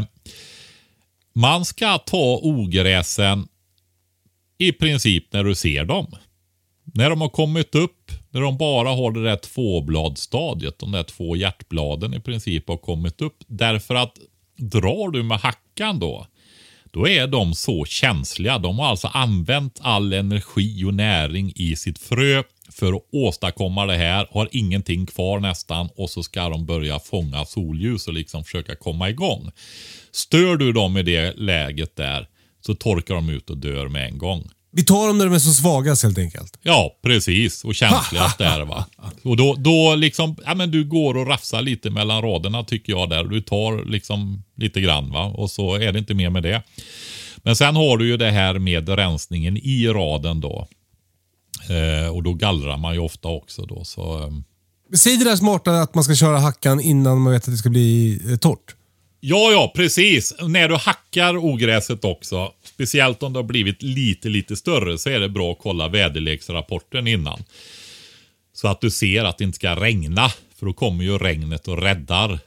man ska ta ogräsen i princip när du ser dem. När de har kommit upp, när de bara har det där tvåbladstadiet, de där två hjärtbladen i princip har kommit upp. Därför att drar du med hackan då, då är de så känsliga. De har alltså använt all energi och näring i sitt frö för att åstadkomma det här. Har ingenting kvar nästan och så ska de börja fånga solljus och liksom försöka komma igång. Stör du dem i det läget där så torkar de ut och dör med en gång. Vi tar dem när de är så svaga helt enkelt. Ja, precis. Och känsligast där, va. Och då, då liksom, ja men du går och rafsar lite mellan raderna tycker jag där. Du tar liksom lite grann, va. Och så är det inte mer med det. Men sen har du ju det här med rensningen i raden då. Eh, och då gallrar man ju ofta också då. Så, eh. Säg det där smarta att man ska köra hackan innan man vet att det ska bli eh, torrt. Ja, ja, precis. När du hackar ogräset också, speciellt om det har blivit lite, lite större, så är det bra att kolla väderleksrapporten innan. Så att du ser att det inte ska regna, för då kommer ju regnet och räddar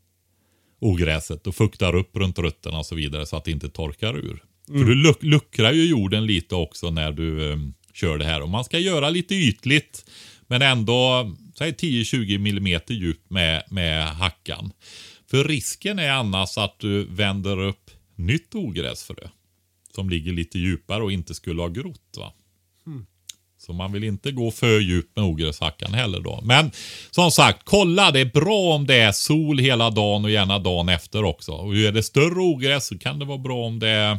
ogräset och fuktar upp runt rötterna och så vidare så att det inte torkar ur. Mm. För du luck- luckrar ju jorden lite också när du um, kör det här. Och man ska göra lite ytligt, men ändå säg tio till tjugo millimeter djup med, med hackan. För risken är annars att du vänder upp nytt ogräsfrö som ligger lite djupare och inte skulle ha grott, va? Mm. Så man vill inte gå för djupt med ogräshackan heller då. Men som sagt, kolla, det är bra om det är sol hela dagen och gärna dagen efter också. Och är det större ogräs så kan det vara bra om det är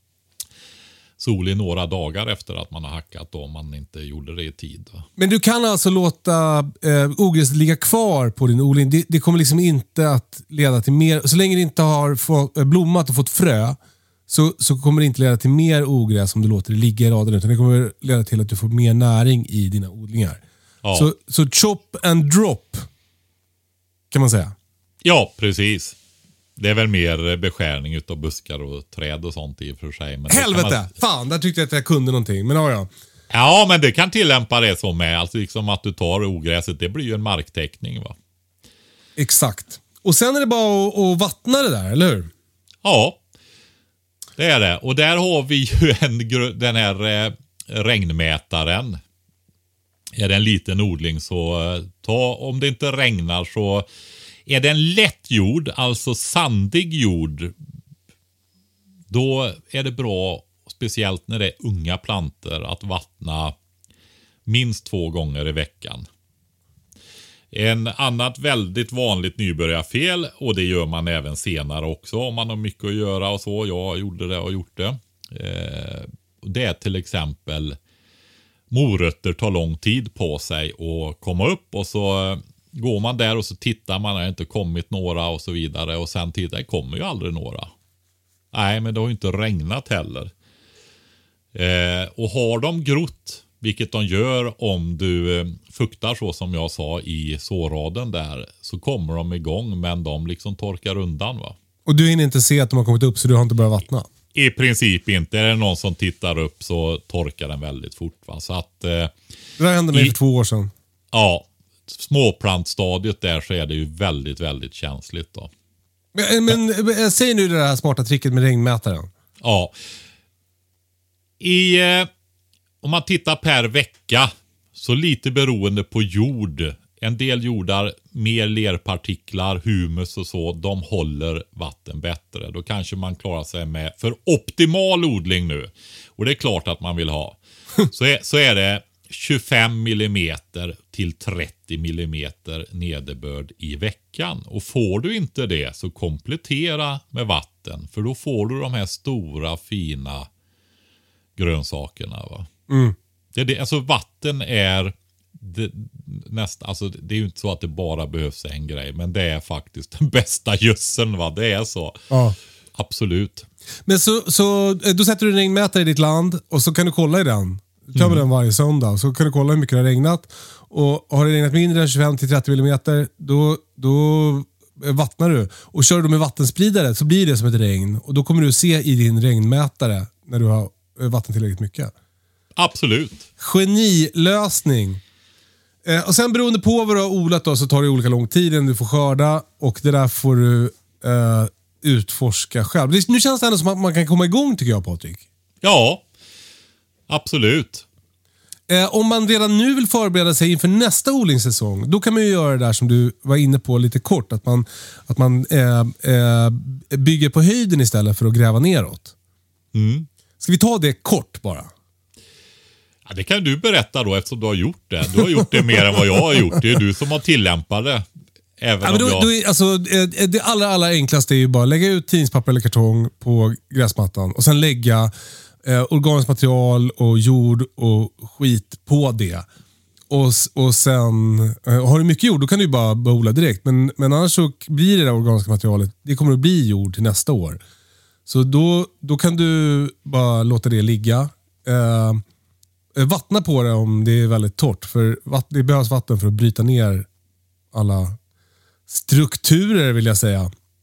sol i några dagar efter att man har hackat då, om man inte gjorde det i tid. Va? Men du kan alltså låta eh, ogräset ligga kvar på din odling. Det, det kommer liksom inte att leda till mer. Så länge det inte har få, eh, blommat och fått frö så, så kommer det inte leda till mer ogräs om du låter det ligga i raden. Utan det kommer leda till att du får mer näring i dina odlingar. Ja. Så, så chop and drop kan man säga. Ja, precis. Det är väl mer beskärning utav buskar och träd och sånt i och för sig. Men helvete! Man... Fan, där tyckte jag att jag kunde någonting. Men ja, ja. Ja, men det kan tillämpa det som med. Alltså liksom att du tar ogräset, det blir ju en marktäckning, va? Exakt. Och sen är det bara att, att vattna det där, eller hur? Ja, det är det. Och där har vi ju en, den här eh, regnmätaren. Är det en liten odling så eh, ta, om det inte regnar så är det en lätt jord, alltså sandig jord, då är det bra, speciellt när det är unga plantor, att vattna minst två gånger i veckan. En annat väldigt vanligt nybörjarfel, och det gör man även senare också om man har mycket att göra och så, jag gjorde det och gjort det. Eh, det är till exempel morötter tar lång tid på sig att komma upp och så går man där och så tittar man, har inte kommit några och så vidare. Och sen tittar, det kommer ju aldrig några. Nej, men det har ju inte regnat heller. Eh, och har de grott, vilket de gör om du eh, fuktar så som jag sa i såraden där, så kommer de igång, men de liksom torkar undan, va? Och du hinner inte se att de har kommit upp så du har inte börjat vattna? I princip inte. Är det någon som tittar upp så torkar den väldigt fort, va? Så att... Eh, det där hände mig i, för två år sedan. Ja. småplantstadiet där så är det ju väldigt, väldigt känsligt då. Men, men säg nu det här smarta tricket med regnmätaren. Ja. I, eh, om man tittar per vecka så lite beroende på jord. En del jordar, mer lerpartiklar, humus och så, de håller vatten bättre. Då kanske man klarar sig med, för optimal odling nu, och det är klart att man vill ha, så är, så är det tjugofem millimeter till trettio millimeter nederbörd i veckan. Och får du inte det så komplettera med vatten, för då får du de här stora fina grönsakerna, va? Mm. Det, det, alltså vatten är det, nästa, alltså det är ju inte så att det bara behövs en grej, men det är faktiskt den bästa gödseln, va? Det är så. Ja. Absolut. Men så, så då sätter du en regnmätare i ditt land och så kan du kolla i den. Du tar med Mm. den varje söndag. Så kan du kolla hur mycket det har regnat. Och har det regnat mindre än tjugofem till trettio millimeter, då, då vattnar du. Och kör du med vattenspridare så blir det som ett regn. Och då kommer du se i din regnmätare när du har vatten tillräckligt mycket. Absolut. Genilösning. Eh, och sen beroende på vad du har odlat då, så tar det olika lång tid innan du får skörda. Och det där får du eh, utforska själv. Det, nu känns det ändå som att man kan komma igång, tycker jag, Patrik. Ja, absolut. Eh, om man redan nu vill förbereda sig inför nästa odlingssäsong, då kan man ju göra det där som du var inne på lite kort. Att man, att man eh, eh, bygger på höjden istället för att gräva neråt. Mm. Ska vi ta det kort bara? Ja, det kan du berätta då, eftersom du har gjort det. Du har gjort det mer än vad jag har gjort. Det är du som har tillämpat det. Även Ja, men då, om jag... då är, alltså, eh, det allra, allra enklaste är ju bara lägga ut tidningspapper eller kartong på gräsmattan och sen lägga eh, organiskt material och jord och skit på det. Och, och sen, eh, har du mycket jord, då kan du ju bara börja odla direkt. Men, men annars så blir det där organiska materialet, det kommer att bli jord till nästa år. Så då, då kan du bara låta det ligga. Eh, vattna på det om det är väldigt torrt. För vatt, det behövs vatten för att bryta ner alla strukturer, vill jag säga.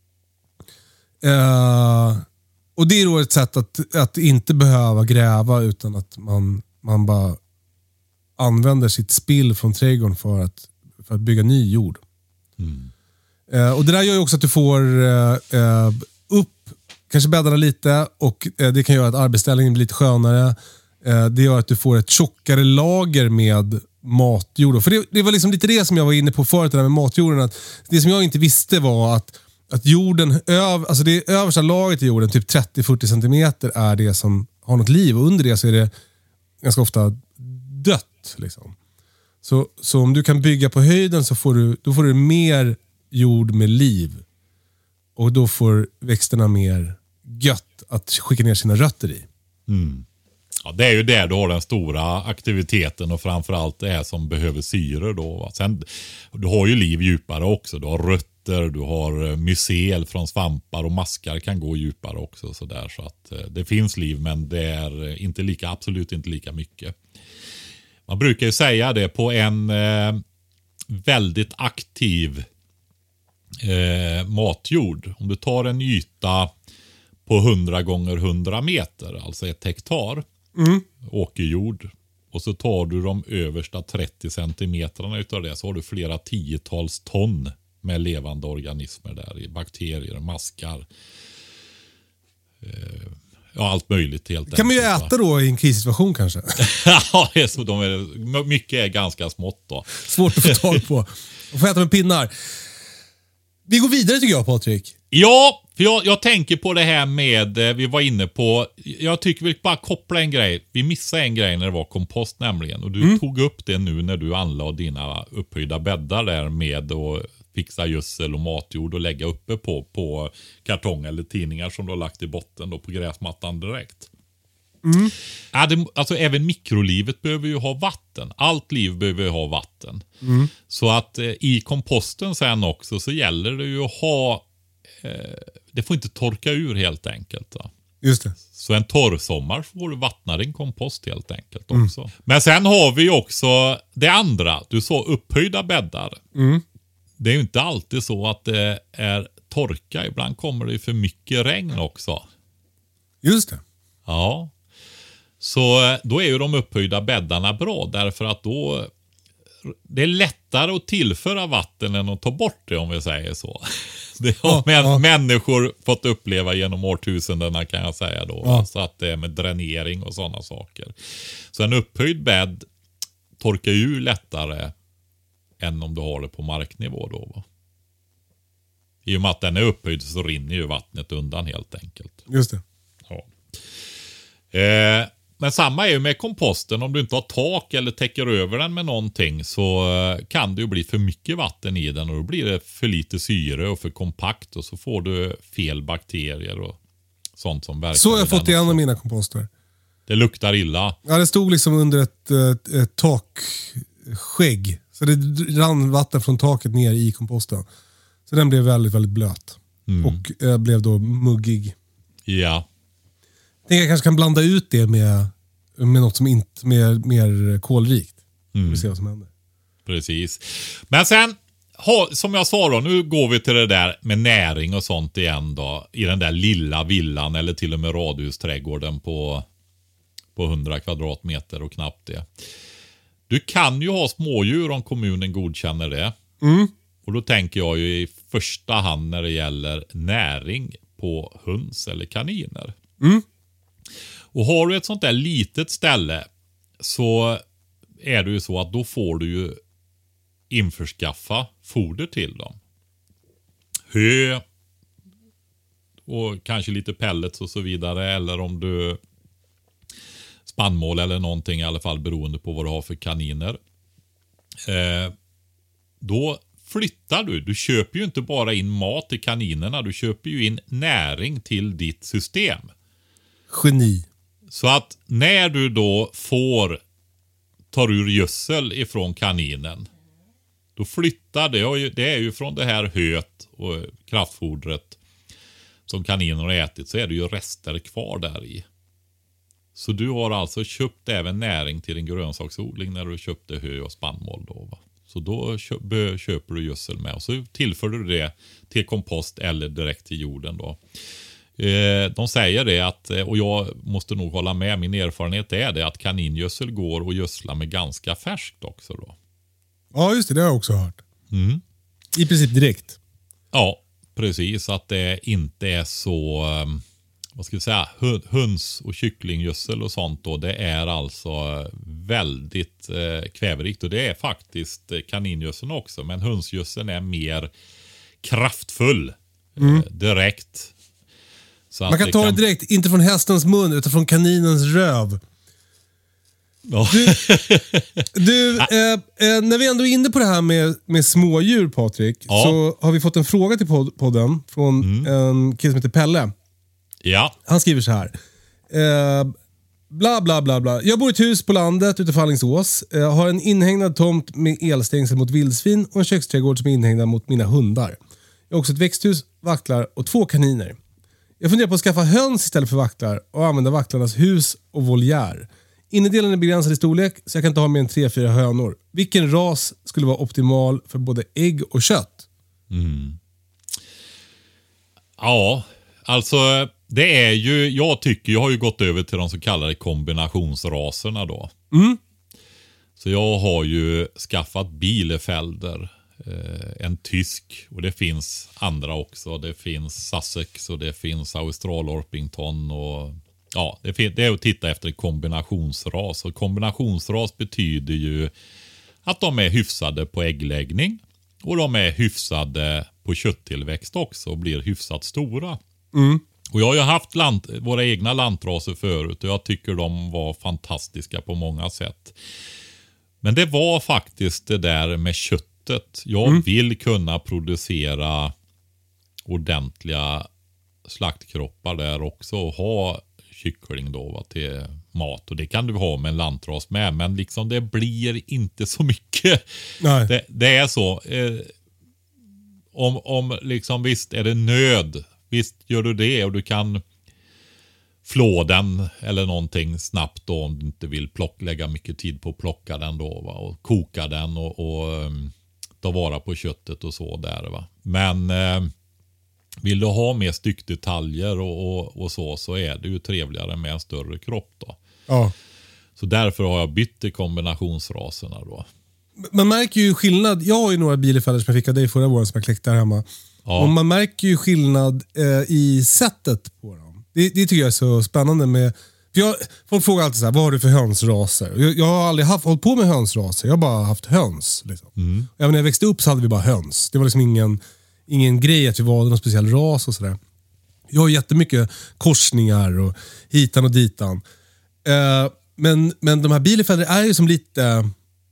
Eh, och det är då ett sätt att, att inte behöva gräva, utan att man, man bara använder sitt spill från trädgården för att, för att bygga ny jord. Mm. Eh, och det där gör ju också att du får eh, eh, upp kanske bäddarna lite, och eh, det kan göra att arbetsställningen blir lite skönare. Eh, det gör att du får ett tjockare lager med matjord. För det, det var liksom lite det som jag var inne på förut, det där med matjorden. Att det som jag inte visste var att, att jorden, öv, alltså det översta lagret i jorden, typ trettio till fyrtio centimeter, är det som har något liv. Och under det så är det ganska ofta dött. Liksom. Så, så om du kan bygga på höjden, så får du, då får du mer jord med liv. Och då får växterna mer gött att skicka ner sina rötter i. Mm. Ja, det är ju där du har den stora aktiviteten, och framförallt det här som behöver syre då. Va? Sen, du har ju liv djupare också. Du har rötter, du har mycel från svampar, och maskar kan gå djupare också. Så, där, så att eh, det finns liv, men det är inte lika, absolut inte lika mycket. Man brukar ju säga det på en eh, väldigt aktiv eh, matjord. Om du tar en yta på hundra gånger hundra meter, alltså ett hektar Mm. åkerjord, och så tar du de översta trettio centimetrarna utav det, så har du flera tiotals ton med levande organismer där i, bakterier, maskar, eh, ja, allt möjligt helt enkelt. Kan man ju äta då i en krissituation kanske. Ja, det är så, de är, mycket är ganska smått då. Svårt att få tag på. Och få äta med pinnar. Vi går vidare, tycker jag, Patrik. Ja, för jag, jag tänker på det här med, vi var inne på, jag tycker vi bara koppla en grej. Vi missade en grej när det var kompost nämligen. Och du mm. tog upp det nu när du anlade dina upphöjda bäddar där med att fixa gödsel och matjord och lägga uppe på, på kartong eller tidningar som du har lagt i botten då på gräsmattan direkt. Mm. Ja, det, alltså även mikrolivet behöver ju ha vatten. Allt liv behöver ju ha vatten. Mm. Så att eh, i komposten sen också så gäller det ju att ha, eh, det får inte torka ur helt enkelt. Då. Just det. Så en torrsommar får du vattna din kompost helt enkelt också. Mm. Men sen har vi ju också det andra. Du sa upphöjda bäddar. Mm. Det är ju inte alltid så att det är torka. Ibland kommer det för mycket regn också. Just det. Ja. Så då är ju de upphöjda bäddarna bra, därför att då det är lättare att tillföra vatten än att ta bort det, om vi säger så. Det har Ja, män, ja. människor fått uppleva genom årtusendena, kan jag säga då. Ja. Så att det är med dränering och sådana saker. Så en upphöjd bädd torkar ju lättare än om du har det på marknivå då, va? I och med att den är upphöjd så rinner ju vattnet undan helt enkelt. Just det. Ja. Eh, men samma är ju med komposten. Om du inte har tak eller täcker över den med någonting, så eh, kan det ju bli för mycket vatten i den. Och då blir det för lite syre och för kompakt. Och så får du fel bakterier och sånt som verkar. Så har jag i den fått i en också. av mina komposter. Det luktar illa. Ja, det stod liksom under ett, ett, ett takskägg. Så det rann vatten från taket ner i komposten. Så den blev väldigt, väldigt blöt. Mm. Och eh, blev då muggig. Ja. Jag tänker jag kanske kan blanda ut det med, med något som inte mer, mer kolrikt. Mm. Vi ser vad som händer. Precis. Men sen, ha, som jag sa då, nu går vi till det där med näring och sånt igen då. I den där lilla villan eller till och med radhusträdgården på, på hundra kvadratmeter och knappt det. Du kan ju ha smådjur om kommunen godkänner det. Mm. Och då tänker jag ju i första hand när det gäller näring på höns eller kaniner. Mm. Och har du ett sånt där litet ställe, så är det ju så att då får du ju införskaffa foder till dem. Hö och kanske lite pellets och så vidare. Eller om du spannmål eller någonting, i alla fall beroende på vad du har för kaniner. Eh, då flyttar du. Du köper ju inte bara in mat till kaninerna. Du köper ju in näring till ditt system. Geni. Så att när du då får tar ur gödsel ifrån kaninen, då flyttar det. Och det är ju från det här höet och kraftfodret som kaninen har ätit, så är det ju rester kvar där i. Så du har alltså köpt även näring till din grönsaksodling när du köpte hö och spannmål då, va? Så då köper du gödsel med och så tillför du det till kompost eller direkt till jorden då. De säger det att, och jag måste nog hålla med, min erfarenhet är det att kaningödsel går att gödsla med ganska färskt också då. Ja, just det, det har jag också hört. Mm. I princip direkt. Ja, precis, att det inte är så, vad ska vi säga, höns- och kycklinggödsel och sånt då, det är alltså väldigt eh, kväverikt, och det är faktiskt kaningödseln också, men hönsgödseln är mer kraftfull mm. eh, direkt. Så man kan det ta kan... det direkt, inte från hästens mun utan från kaninens röv. Ja. Du, du eh, eh, när vi ändå är inne på det här med, med smådjur, Patrik, ja. Så har vi fått en fråga till pod- podden från mm. en kille som heter Pelle. Ja. Han skriver så här. Eh, bla bla bla bla. Jag bor i ett hus på landet utanför Alingsås. Jag har en inhägnad tomt med elstängsel mot vildsvin och en köksträdgård som är inhägnad mot mina hundar. Jag har också ett växthus, vaktlar och två kaniner. Jag funderar på att skaffa höns istället för vaktlar och använda vaktlarnas hus och voljär. Innedelen är begränsad i storlek så jag kan inte ha mer än tre fyra hönor. Vilken ras skulle vara optimal för både ägg och kött? Mm. Ja, alltså det är ju, jag tycker, jag har ju gått över till de så kallade kombinationsraserna då. Mm. Så jag har ju skaffat Bielefelder, eh, en tysk, och det finns andra också. Det finns Sussex och det finns Australorpington och ja, det, fin- det är att titta efter kombinationsras. Och kombinationsras betyder ju att de är hyfsade på äggläggning och de är hyfsade på kötttillväxt också och blir hyfsat stora. Mm. Och jag har ju haft lant- våra egna lantraser förut och jag tycker de var fantastiska på många sätt. Men det var faktiskt det där med köttet. Jag mm. vill kunna producera ordentliga slaktkroppar där också och ha kyckling då, va, till mat. Och det kan du ha med en lantras med, men liksom det blir inte så mycket. Nej. Det, det är så. Eh, om, om liksom visst är det nöd. Visst gör du det och du kan flå den eller någonting snabbt då om du inte vill plock, lägga mycket tid på att plocka den då, va, och koka den och, och um, ta vara på köttet och så där, va. Men eh, vill du ha mer styckdetaljer och, och, och så så är det ju trevligare med en större kropp då. Ja. Så därför har jag bytt till kombinationsraserna då. Man märker ju skillnad. Jag har ju några bielefällor som jag fick av dig förra våren som jag kläckte här hemma. Ja. Och man märker ju skillnad eh, i sättet på dem. Det, det tycker jag är så spännande med... För jag, folk frågar alltid så här, vad har du för hönsraser? Jag, jag har aldrig haft, hållit på med hönsraser. Jag har bara haft höns. Liksom. Mm. Även när jag växte upp så hade vi bara höns. Det var liksom ingen, ingen grej att vi valde någon speciell ras och sådär. Jag har jättemycket korsningar och hitan och ditan. Eh, men, men de här bielefällor är ju som lite...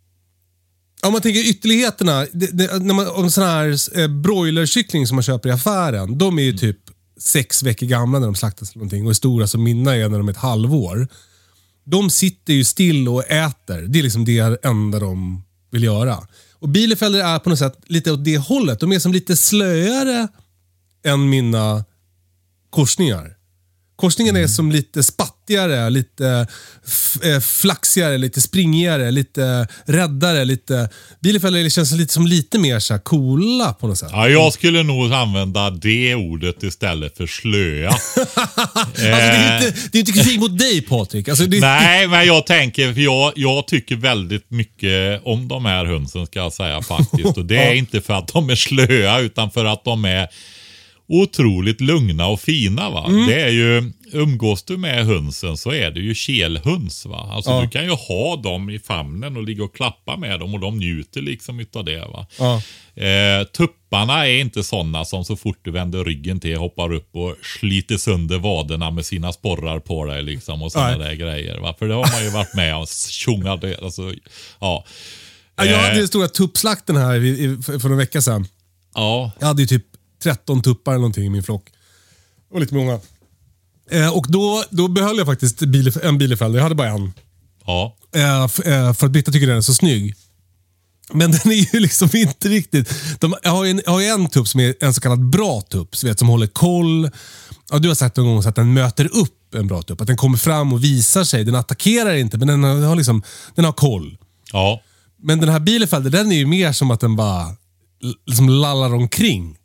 Om man tänker ytterligheterna, det, det, när man, om sån här eh, broilerkyckling som man köper i affären, de är ju typ sex veckor gamla när de slaktas eller någonting och är stora som mina är när de är ett halvår. De sitter ju still och äter. Det är liksom det enda de vill göra. Och bielefällor är på något sätt lite åt det hållet. De är som lite slöare än mina korsningar. Korsningen är som lite spattigare, lite f- äh, flaxigare, lite springigare, lite räddare, lite... Bielefällor känns lite som lite mer så här coola på något sätt. Ja, jag skulle nog använda det ordet istället för slöa. Alltså det är inte, det är inte kritik mot dig, Patrik. Alltså, det... Nej, men jag tänker, för jag, jag tycker väldigt mycket om de här hönsen, ska jag säga faktiskt. Och det är inte för att de är slöa, utan för att de är otroligt lugna och fina, va. Mm. Det är ju, umgås du med hönsen så är det ju kelhöns, va. Alltså ja. Du kan ju ha dem i famnen och ligga och klappa med dem och de njuter liksom utav det, va. Ja. Eh, tupparna är inte sådana som så fort du vänder ryggen till hoppar upp och sliter sönder vaderna med sina sporrar på dig liksom och sådana där grejer, va. För det har man ju varit med och tjongade, alltså, ja. Eh. Jag hade den stora tuppslakten här i, i, för en vecka sedan. Ja. Jag hade ju typ tretton tuppar eller någonting i min flock. Och lite många. Eh, och då, då behöll jag faktiskt bilef- en bielefälla. Jag hade bara en. Ja. Eh, f- eh, för att Britta tycker den är så snygg. Men den är ju liksom inte riktigt... De, jag, har en, jag har en tupp som är en så kallad bra tupp. Så vet, som håller koll. Ja, du har sagt en gång så att den möter upp en bra tupp. Att den kommer fram och visar sig. Den attackerar inte, men den har, liksom, den har koll. Ja. Men den här bielefällen, den är ju mer som att den bara... liksom lallar omkring.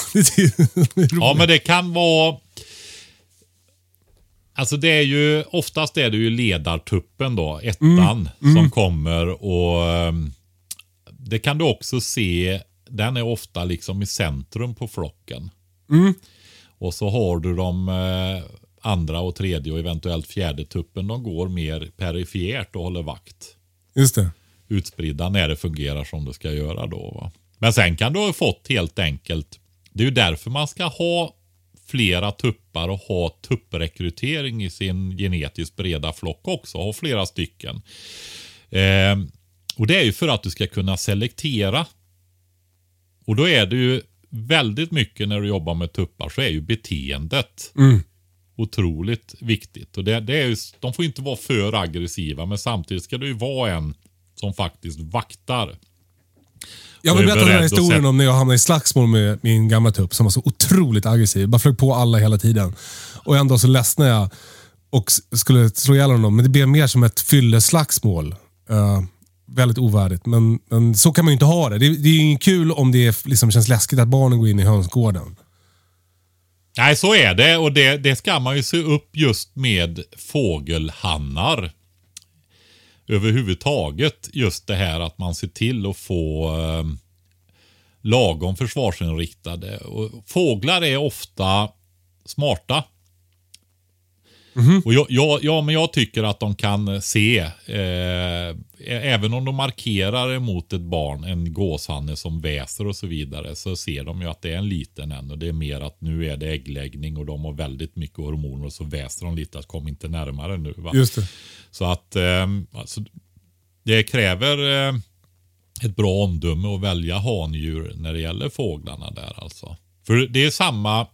Ja, men det kan vara... Alltså det är ju... Oftast är det ju ledartuppen då. Ettan mm. Mm. som kommer och... Det kan du också se... Den är ofta liksom i centrum på flocken. Mm. Och så har du de andra och tredje och eventuellt fjärde tuppen. De går mer perifert och håller vakt. Just det. Utspridda när det fungerar som det ska göra då, va. Men sen kan du ha fått helt enkelt, det är ju därför man ska ha flera tuppar och ha tupprekrytering i sin genetiskt breda flock också, ha flera stycken. Eh, och det är ju för att du ska kunna selektera. Och då är det ju väldigt mycket när du jobbar med tuppar så är ju beteendet mm. otroligt viktigt. Och det, det är ju, de får inte vara för aggressiva, men samtidigt ska det ju vara en som faktiskt vaktar. Jag vill berätta den här historien om när jag hamnade i slagsmål med min gamla tupp som var så otroligt aggressiv. Bara flög på alla hela tiden. Och en dag så ledsnade jag och skulle slå ihjäl honom. Men det blev mer som ett fylleslagsmål. Uh, väldigt ovärdigt. Men, men så kan man ju inte ha det. Det, det är ju inte kul om det liksom känns läskigt att barnen går in i hönsgården. Nej, så är det. Och det, det ska man ju se upp just med fågelhannar. Överhuvudtaget just det här att man ser till att få eh, lagom försvarsinriktade. Och fåglar är ofta smarta. Mm-hmm. Och jag, jag, ja, men jag tycker att de kan se, eh, även om de markerar emot ett barn, en gåshanne som väser och så vidare, så ser de ju att det är en liten än. Och det är mer att nu är det äggläggning och de har väldigt mycket hormoner och så väser de lite att kom inte närmare nu, va? Just det. Så att eh, alltså, det kräver eh, ett bra omdöme att välja handjur när det gäller fåglarna där alltså. För det är samma...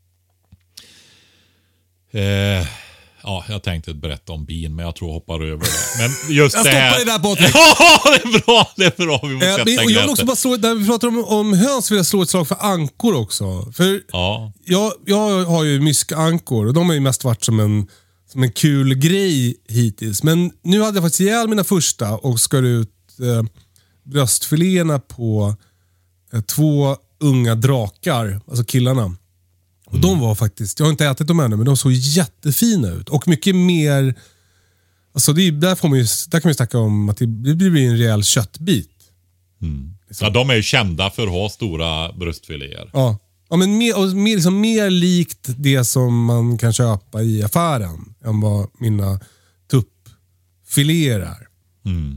Eh, ja, jag tänkte berätta om bin, men jag tror jag hoppar över det. Men just jag det här... stoppar det där, Patrik. Ja, det är bra, det är bra. Vi måste äh, men, och jag vill också bara slå, när vi pratar om, om höns vill jag slå ett slag för ankor också. För ja. jag, jag har ju myskankor och de har ju mest varit som en, som en kul grej hittills. Men nu hade jag faktiskt ihjäl mina första och skar ut eh, bröstfiléerna på eh, två unga drakar, alltså killarna. Och mm. de var faktiskt, jag har inte ätit dem ännu, men de såg jättefina ut. Och mycket mer, alltså det, där, får man ju, där kan man ju snacka om att det, det blir en rejäl köttbit. Mm. Ja, de är ju kända för att ha stora bröstfiléer. Ja, ja men mer, och mer, liksom mer likt det som man kan köpa i affären än vad mina tuppfiléer är. Mm.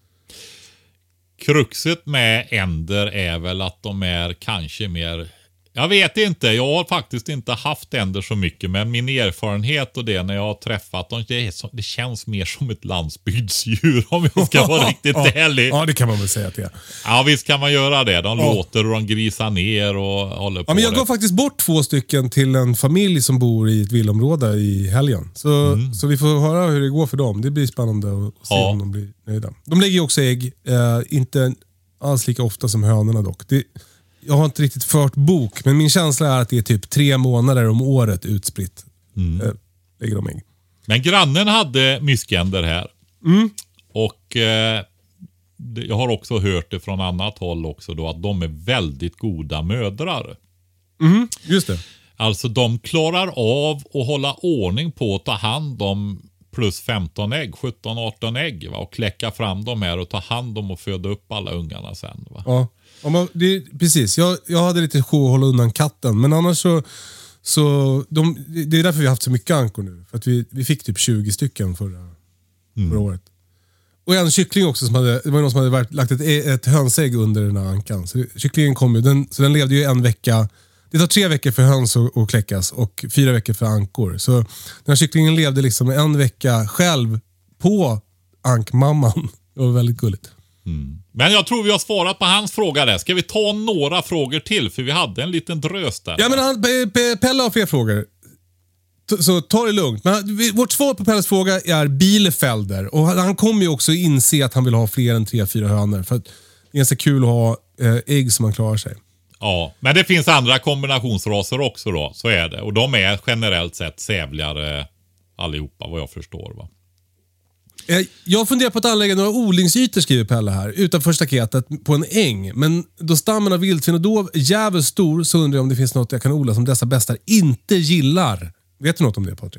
Kruxet med änder är väl att de är kanske mer... Jag vet inte, jag har faktiskt inte haft änder så mycket, men min erfarenhet och det när jag har träffat dem, det, är så, det känns mer som ett landsbygdsdjur om jag ska vara riktigt ja, ärlig. Ja, det kan man väl säga att det är. Ja, visst kan man göra det. De ja. låter och de grisar ner och håller på. Ja, men jag det. gav faktiskt bort två stycken till en familj som bor i ett villområde i helgen. Så, mm. så vi får höra hur det går för dem. Det blir spännande att se ja. om de blir nöjda. De lägger ju också ägg, eh, inte alls lika ofta som hönorna dock. Det Jag har inte riktigt fört bok, men min känsla är att det är typ tre månader om året utspritt. Mm. Äh, lägger de ägg. Men grannen hade myskänder här. Mm. Och eh, det, jag har också hört det från annat håll också då, att de är väldigt goda mödrar. Mm, just det. Alltså de klarar av att hålla ordning på att ta hand om plus femton ägg, sjutton arton ägg. Va? Och kläcka fram dem här och ta hand om och föda upp alla ungarna sen. Va? Ja. Ja, man, det, precis, jag, jag hade lite sjå att hålla undan katten. Men annars så, så de, det är därför vi har haft så mycket ankor nu. För att vi, vi fick typ tjugo stycken förra, mm. förra året. Och en kyckling också, som hade, det var någon som hade varit, lagt ett, ett hönsägg under den här ankan. Så kycklingen kom ju, den, så den levde ju en vecka. Det tar tre veckor för höns att, att kläckas och fyra veckor för ankor. Så den här kycklingen levde liksom en vecka själv på ankmamman. Det var väldigt gulligt. Mm. Men jag tror vi har svarat på hans fråga där. Ska vi ta några frågor till? För vi hade en liten drös där. Ja, men han, Pelle har fler frågor. Så ta det lugnt. Men vårt svar på Pelles fråga är Bielefelder. Och han kommer ju också inse att han vill ha fler än tre, fyra hönor. För att det är så kul att ha ägg som man klarar sig. Ja, men det finns andra kombinationsraser också då. Så är det. Och de är generellt sett sävligare allihopa, vad jag förstår, va? Jag funderar på att anlägga några odlingsytor, skriver Pelle här, utanför staketet på en äng. Men då stammen av vildsvin och dov är jävligt stor, så undrar jag om det finns något jag kan odla som dessa bästar inte gillar. Vet du något om det, Patrik?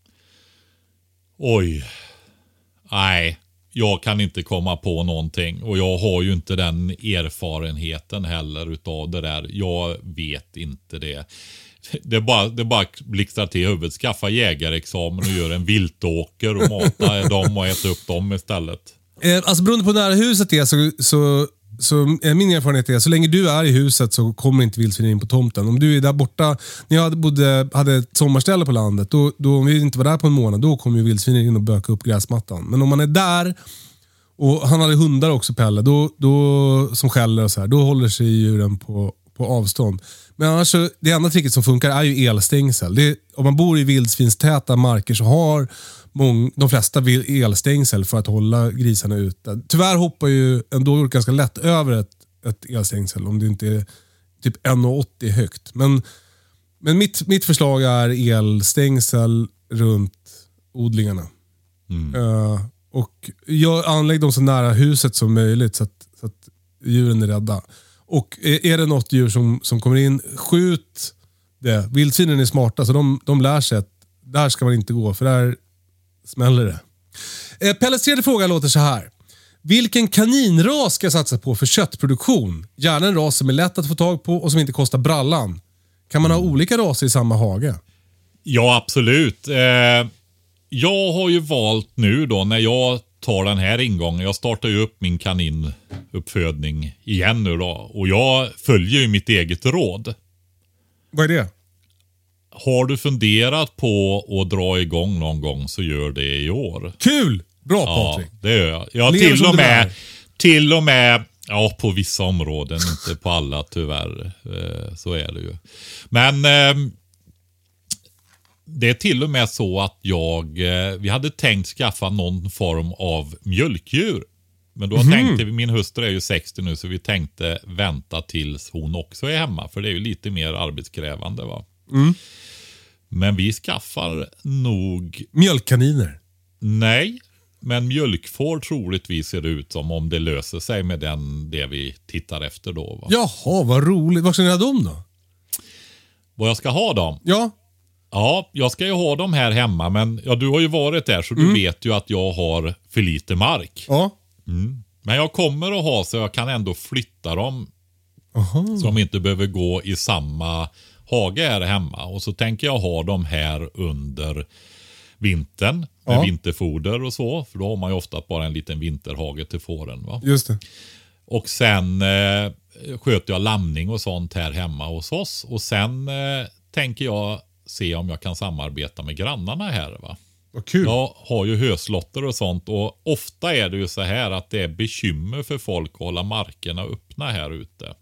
Oj. Nej, jag kan inte komma på någonting. Och jag har ju inte den erfarenheten heller utav det där. Jag vet inte det. Det är bara, det är bara blixtrar till huvudet. Skaffa jägarexamen och göra en viltåker och mata dem och äta upp dem istället. Eh, alltså beroende på när huset är så, så, så eh, min erfarenhet är så länge du är i huset så kommer inte vildsvin in på tomten. Om du är där borta, när jag bodde, hade ett sommarställe på landet, då, då om vi inte var där på en månad, då kommer ju vildsvinen in och böka upp gräsmattan. Men om man är där, och han hade hundar också, Pelle, då, då, som skäller och så här, då håller sig djuren på, på avstånd. Men annars så, det enda tricket som funkar är ju elstängsel. Det, om man bor i vildsvinstäta marker så har mång, de flesta elstängsel för att hålla grisarna ute. Tyvärr hoppar ju en dovhjort ganska lätt över ett, ett elstängsel om det inte är typ ett komma åttio högt. Men, men mitt, mitt förslag är elstängsel runt odlingarna. Mm. Uh, och jag anlägger dem så nära huset som möjligt så att, så att djuren är rädda. Och är det något djur som, som kommer in, skjut det. Vildsvinen är smarta så de, de lär sig att där ska man inte gå för där smäller det. Eh, Pelles tredje fråga låter så här. Vilken kaninras ska jag satsa på för köttproduktion? Gärna en ras som är lätt att få tag på och som inte kostar brallan. Kan man ha olika raser i samma hage? Ja, absolut. Eh, jag har ju valt nu då när jag tar den här ingången. Jag startar ju upp min kaninuppfödning igen nu då. Och jag följer ju mitt eget råd. Vad är det? Har du funderat på att dra igång någon gång så gör det i år. Kul! Bra, Patrik. Ja, det gör jag. Jag har till och med, till och med, ja, på vissa områden, inte på alla tyvärr. Eh, så är det ju. Men eh, det är till och med så att jag, eh, vi hade tänkt skaffa någon form av mjölkdjur. Men då mm. tänkte vi, min hustru är ju sextio nu, så vi tänkte vänta tills hon också är hemma. För det är ju lite mer arbetskrävande, va? Mm. Men vi skaffar nog... Mjölkkaniner? Nej, men mjölkfår troligtvis ser det ut som om det löser sig med den, det vi tittar efter då. Va? Jaha, vad roligt. Var ska ni ha dem då? Vad jag ska ha dem? Ja. Ja, jag ska ju ha dem här hemma. Men ja, du har ju varit där så du mm. vet ju att jag har för lite mark. Ja. Mm. Men jag kommer att ha så jag kan ändå flytta dem. Aha. Så de inte behöver gå i samma hage här hemma. Och så tänker jag ha dem här under vintern. Med Ja. vinterfoder och så. För då har man ju ofta bara en liten vinterhage till fåren. Va? Just det. Och sen eh, sköter jag lamning och sånt här hemma hos oss. Och sen eh, tänker jag se om jag kan samarbeta med grannarna här. Va? Vad kul. Jag har ju höslotter och sånt. Och ofta är det ju så här att det är bekymmer för folk att hålla markerna öppna här ute.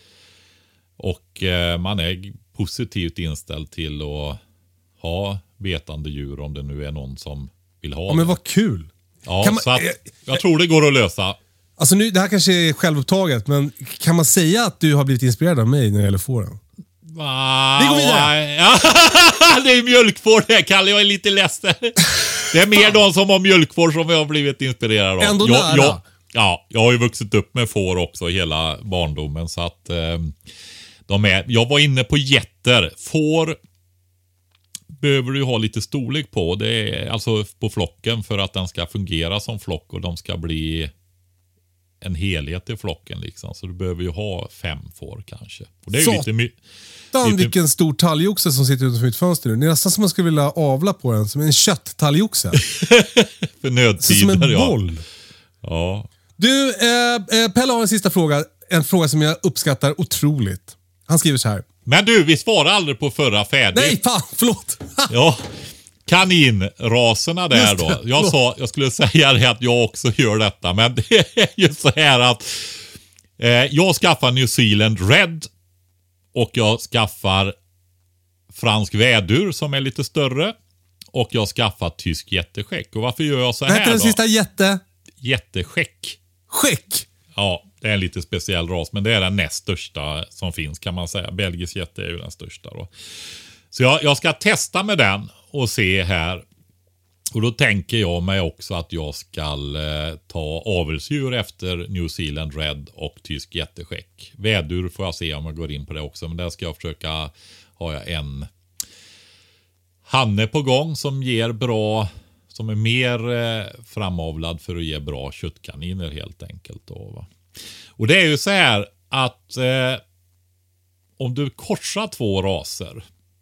Och eh, man är positivt inställd till att ha betande djur om det nu är någon som vill ha Ja, det. men vad kul. Ja, Kan man- så att jag tror det går att lösa. Alltså nu, det här kanske är självupptaget, men kan man säga att du har blivit inspirerad av mig när det gäller fåren? Va? Vi går vidare. Ja, det är mjölkfår det, Kalle. Jag är lite ledsen. Det är mer de som har mjölkfår som jag har blivit inspirerad av. Ändå jag, nära. jag, ja, jag har ju vuxit upp med får också hela barndomen. Så att eh, de är, jag var inne på getter. Får behöver du ha lite storlek på. Det är alltså på flocken för att den ska fungera som flock och de ska bli en helhet i flocken liksom. Så du behöver ju ha fem får kanske. Och det är ju Så. lite my- Dan, lite- vilken stor talgoxe som sitter utanför mitt fönster nu. Det är nästan som man skulle vilja avla på den, som en kötttalgoxe. för nödtider. Som en ja. boll. Ja. Du, eh, eh, Pelle har en sista fråga. En fråga som jag uppskattar otroligt. Han skriver så här. Men du, vi svarar aldrig på förra färdigt. Nej, fan, förlåt. Ja. Kaninraserna där Just det, då. Jag, sa, jag skulle säga det att jag också gör detta. Men det är ju så här att eh, jag skaffar New Zealand Red. Och jag skaffar fransk vädur som är lite större. Och jag skaffar tysk jätteskäck. Och varför gör jag så Vad här heter den då? sista jätte? Jätteskäck. Skäck. Ja, det är en lite speciell ras, men det är den näst största som finns kan man säga. Belgisk jätte är ju den största då. Så jag, jag ska testa med den och se här. Och då tänker jag mig också att jag ska eh, ta avelsdjur efter New Zealand Red och tysk jätteskäck. Vädur får jag se om jag går in på det också, men där ska jag försöka ha jag en hanne på gång som ger bra, som är mer eh, framavlad för att ge bra köttkaniner helt enkelt. Då, va? Och det är ju så här att eh, om du korsar två raser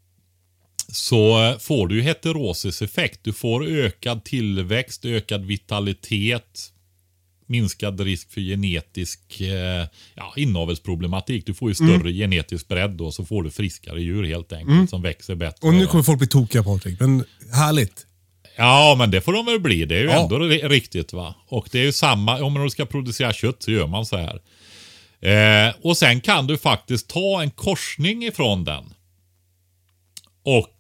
så får du ju heterosiseffekt. Du får ökad tillväxt, ökad vitalitet, minskad risk för genetisk eh, ja, inavelsproblematik. Du får ju större mm. genetisk bredd då, så får du friskare djur helt enkelt mm. som växer bättre. Och nu kommer folk bli tokiga, Patrik, men härligt. Ja, men det får de väl bli. Det är ju Ja. ändå riktigt va. Och det är ju samma, om man ska producera kött så gör man så här. Eh, och sen kan du faktiskt ta en korsning ifrån den. Och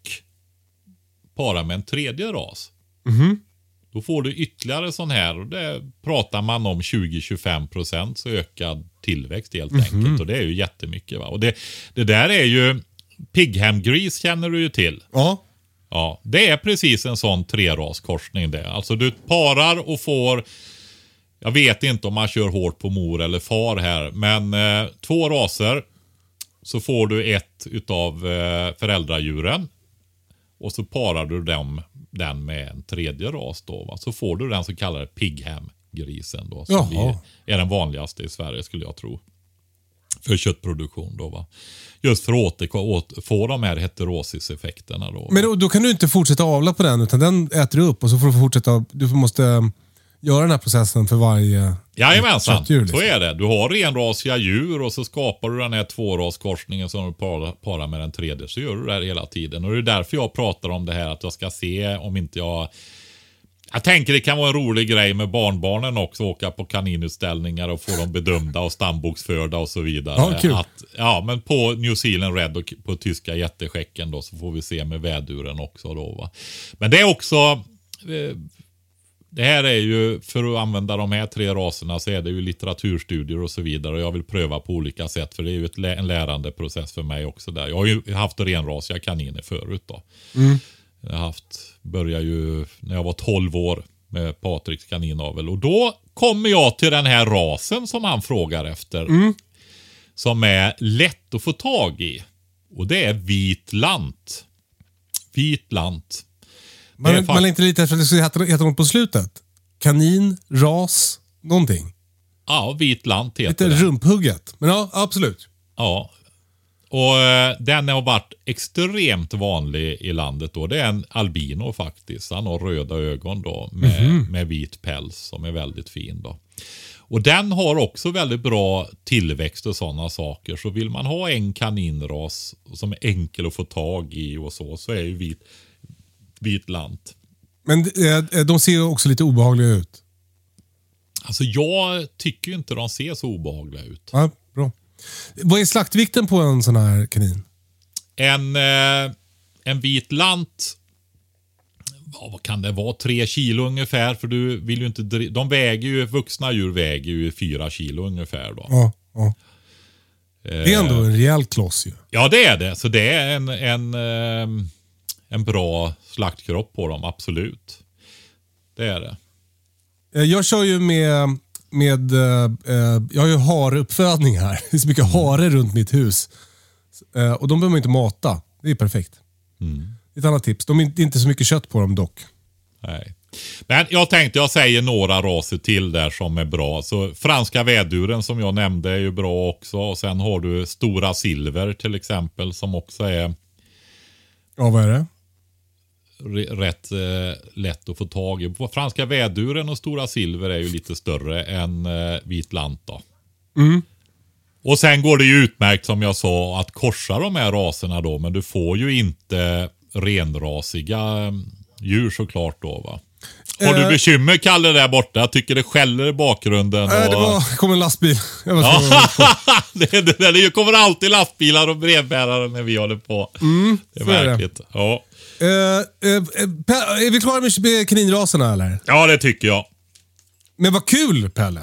para med en tredje ras. Mhm. Då får du ytterligare sån här. Och det pratar man om tjugo till tjugofem procent så ökad tillväxt helt Mhm. enkelt. Och det är ju jättemycket va. Och det, det där är ju Pigham Gris känner du ju till. Ja. Ja, det är precis en sån treraskorsning det. Alltså du parar och får, jag vet inte om man kör hårt på mor eller far här, men eh, två raser så får du ett utav eh, föräldradjuren och så parar du dem, den med en tredje ras då. Va? Så får du den så kallade Pigham-grisen då. Som blir, är den vanligaste i Sverige skulle jag tro. För köttproduktion då va. Just för att åter, få de här heterosiseffekterna då. Men då, då kan du inte fortsätta avla på den, utan den äter du upp och så får du fortsätta, du måste um, göra den här processen för varje Jajamensan, köttdjur, liksom. så är det. Du har renrasiga djur och så skapar du den här tvåraskorsningen som du parar, parar med den tredje, så gör du det här hela tiden. Och det är därför jag pratar om det här att jag ska se om inte jag... Jag tänker det kan vara en rolig grej med barnbarnen också, åka på kaninutställningar och få dem bedömda och stamboksförda och så vidare. Ja, kul. Att, ja, men på New Zealand Red och på tyska jätteskäcken då så får vi se med väduren också då va. Men det är också... Eh, det här är ju, för att använda de här tre raserna så är det ju litteraturstudier och så vidare. Och jag vill pröva på olika sätt för det är ju ett, en lärande process för mig också där. Jag har ju haft renrasiga kaniner förut då. Mm. Jag har haft, började ju när jag var tolv år med Patriks kaninavel. Och då kommer jag till den här rasen som han frågar efter. Mm. Som är lätt att få tag i. Och det är vit lant. Vit lant. Man, Det är man är inte lite efter att det skulle heta, heta något på slutet. Kanin, ras, någonting. Ja, vit lant heter Lite det. rumphugget. Men ja, absolut. Ja. Och eh, den har varit extremt vanlig i landet då. Det är en albino faktiskt. Han har röda ögon då med, mm-hmm. med vit päls som är väldigt fin då. Och den har också väldigt bra tillväxt och sådana saker. Så vill man ha en kaninras som är enkel att få tag i och så, så är ju vit, vit lant. Men eh, de ser ju också lite obehagliga ut. Alltså jag tycker ju inte de ser så obehagliga ut. Ja, bra. Vad är slaktvikten på en sån här kanin? En, eh, en vit lant, ja, vad kan det vara? Tre kilo ungefär. För du vill ju inte, de väger ju, vuxna djur väger ju fyra kilo ungefär då. Ja, ja. Det är ändå en rejäl kloss ju. Ja, det är det. Så det är en, en, eh, en bra slaktkropp på dem, absolut. Det är det. Jag kör ju med, med eh, jag har ju haruppfödning här. Det är så mycket hare runt mitt hus. Eh, och de behöver man inte mata. Det är perfekt. Mm. Ett annat tips. De är inte så mycket kött på dem dock. Nej. Men jag tänkte jag säger några raser till där som är bra. Så franska väduren som jag nämnde är ju bra också. Och sen har du stora silver till exempel som också är... Ja, vad är det? Rätt eh, lätt att få tag i. Franska väduren och stora silver är ju lite större än eh, vit lant då. Mm. Och sen går det ju utmärkt som jag sa att korsa de här raserna då. Men du får ju inte renrasiga djur såklart då va. Har du bekymmer, Kalle, där borta? Jag tycker det skäller i bakgrunden. Nej, och... det var, kom en lastbil. Jag var det, det, det, det kommer alltid lastbilar och brevbärare när vi håller på. Mm, det är verkligt. Det. Ja. Uh, uh, uh, är vi klara med kaninraserna eller? Ja, det tycker jag. Men vad kul, Pelle.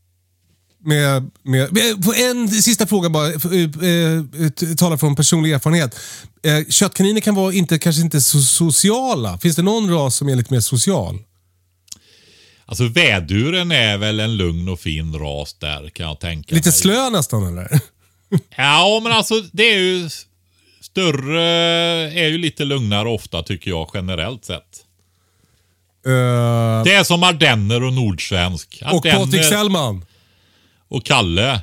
Med, med, med, en sista fråga bara. Uh, uh, tala från personlig erfarenhet. Uh, köttkaniner kan vara inte, kanske inte så sociala. Finns det någon ras som är lite mer social? Alltså väduren är väl en lugn och fin ras där, kan jag tänka Lite mig. slö nästan, eller? Ja, men alltså det är ju... Större är ju lite lugnare ofta tycker jag generellt sett. Uh, det är som ardenner och nordsvensk. Och Patrik Sellman. Och Kalle.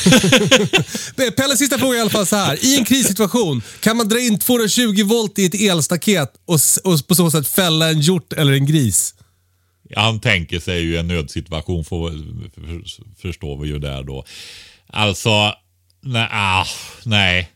Pelle, sista fråga i alla fall så här. I en krissituation kan man dra in tvåhundratjugo volt i ett elstaket och, och på så sätt fälla en hjort eller en gris? Han tänker sig ju en nödsituation för, för, förstår vi ju där då. Alltså, nej. Ah, nej.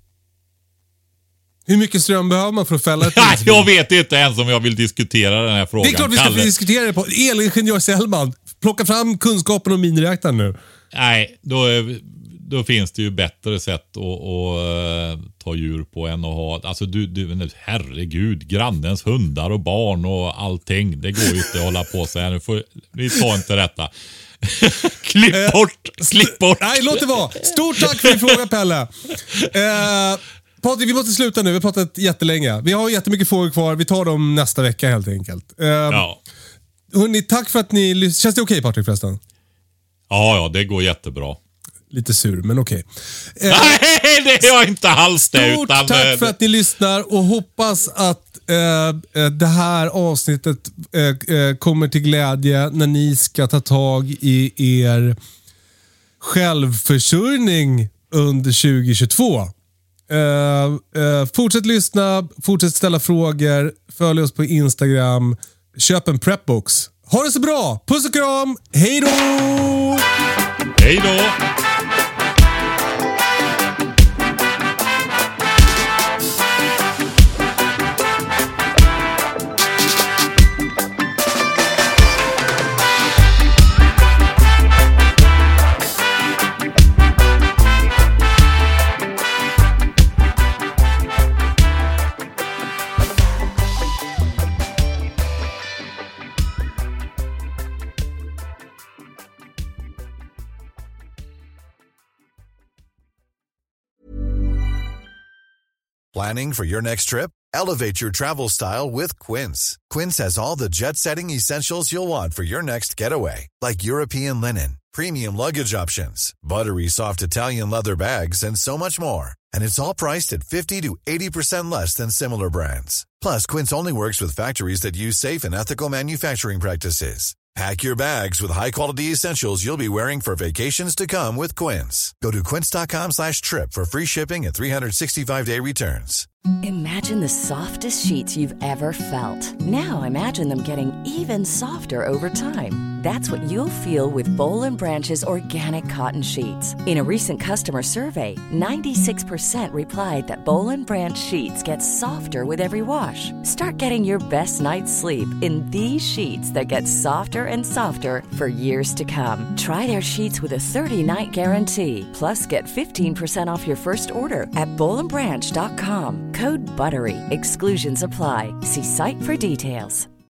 Hur mycket ström behöver man för att fälla ett Nej, jag vet inte ens om jag vill diskutera den här frågan. Det är klart vi ska Kalle. diskutera det på. Elingenjör Sellman, plocka fram kunskapen om minireaktorn nu. Nej, då, då finns det ju bättre sätt att, att, att ta djur på än att ha... Alltså du, du, herregud, grannens hundar och barn och allting. Det går ju inte att hålla på så här. Nu får, vi tar inte detta. Klipp bort, klipp bort. Nej, låt det vara. Stort tack för din fråga, Pelle. Eh... Patrik, vi måste sluta nu. Vi har pratat jättelänge. Vi har jättemycket frågor kvar. Vi tar dem nästa vecka helt enkelt. Uh, ja. Hörrni, tack för att ni lyssnade. Känns det okej, okay, Patrik, förresten? Ja, ja, det går jättebra. Lite sur, men okej. Okay. Uh, Nej, det är jag inte alls det. Stort utan, tack för att ni lyssnar och hoppas att uh, det här avsnittet uh, uh, kommer till glädje när ni ska ta tag i er självförsörjning under tjugo tjugotvå. Uh, uh, fortsätt lyssna, fortsätt ställa frågor, följ oss på Instagram, köp en prepbox. Ha det så bra, puss och kram, hej då! Hej då! Planning for your next trip? Elevate your travel style with Quince. Quince has all the jet-setting essentials you'll want for your next getaway, like European linen, premium luggage options, buttery soft Italian leather bags, and so much more. And it's all priced at fifty to eighty percent less than similar brands. Plus, Quince only works with factories that use safe and ethical manufacturing practices. Pack your bags with high-quality essentials you'll be wearing for vacations to come with Quince. Go to quince.com slash trip for free shipping and three sixty-five day returns. Imagine the softest sheets you've ever felt. Now imagine them getting even softer over time. That's what you'll feel with Boll and Branch's organic cotton sheets. In a recent customer survey, ninety-six percent replied that Boll and Branch sheets get softer with every wash. Start getting your best night's sleep in these sheets that get softer and softer for years to come. Try their sheets with a thirty-night guarantee. Plus, get fifteen percent off your first order at boll and branch dot com. Code BUTTERY. Exclusions apply. See site for details.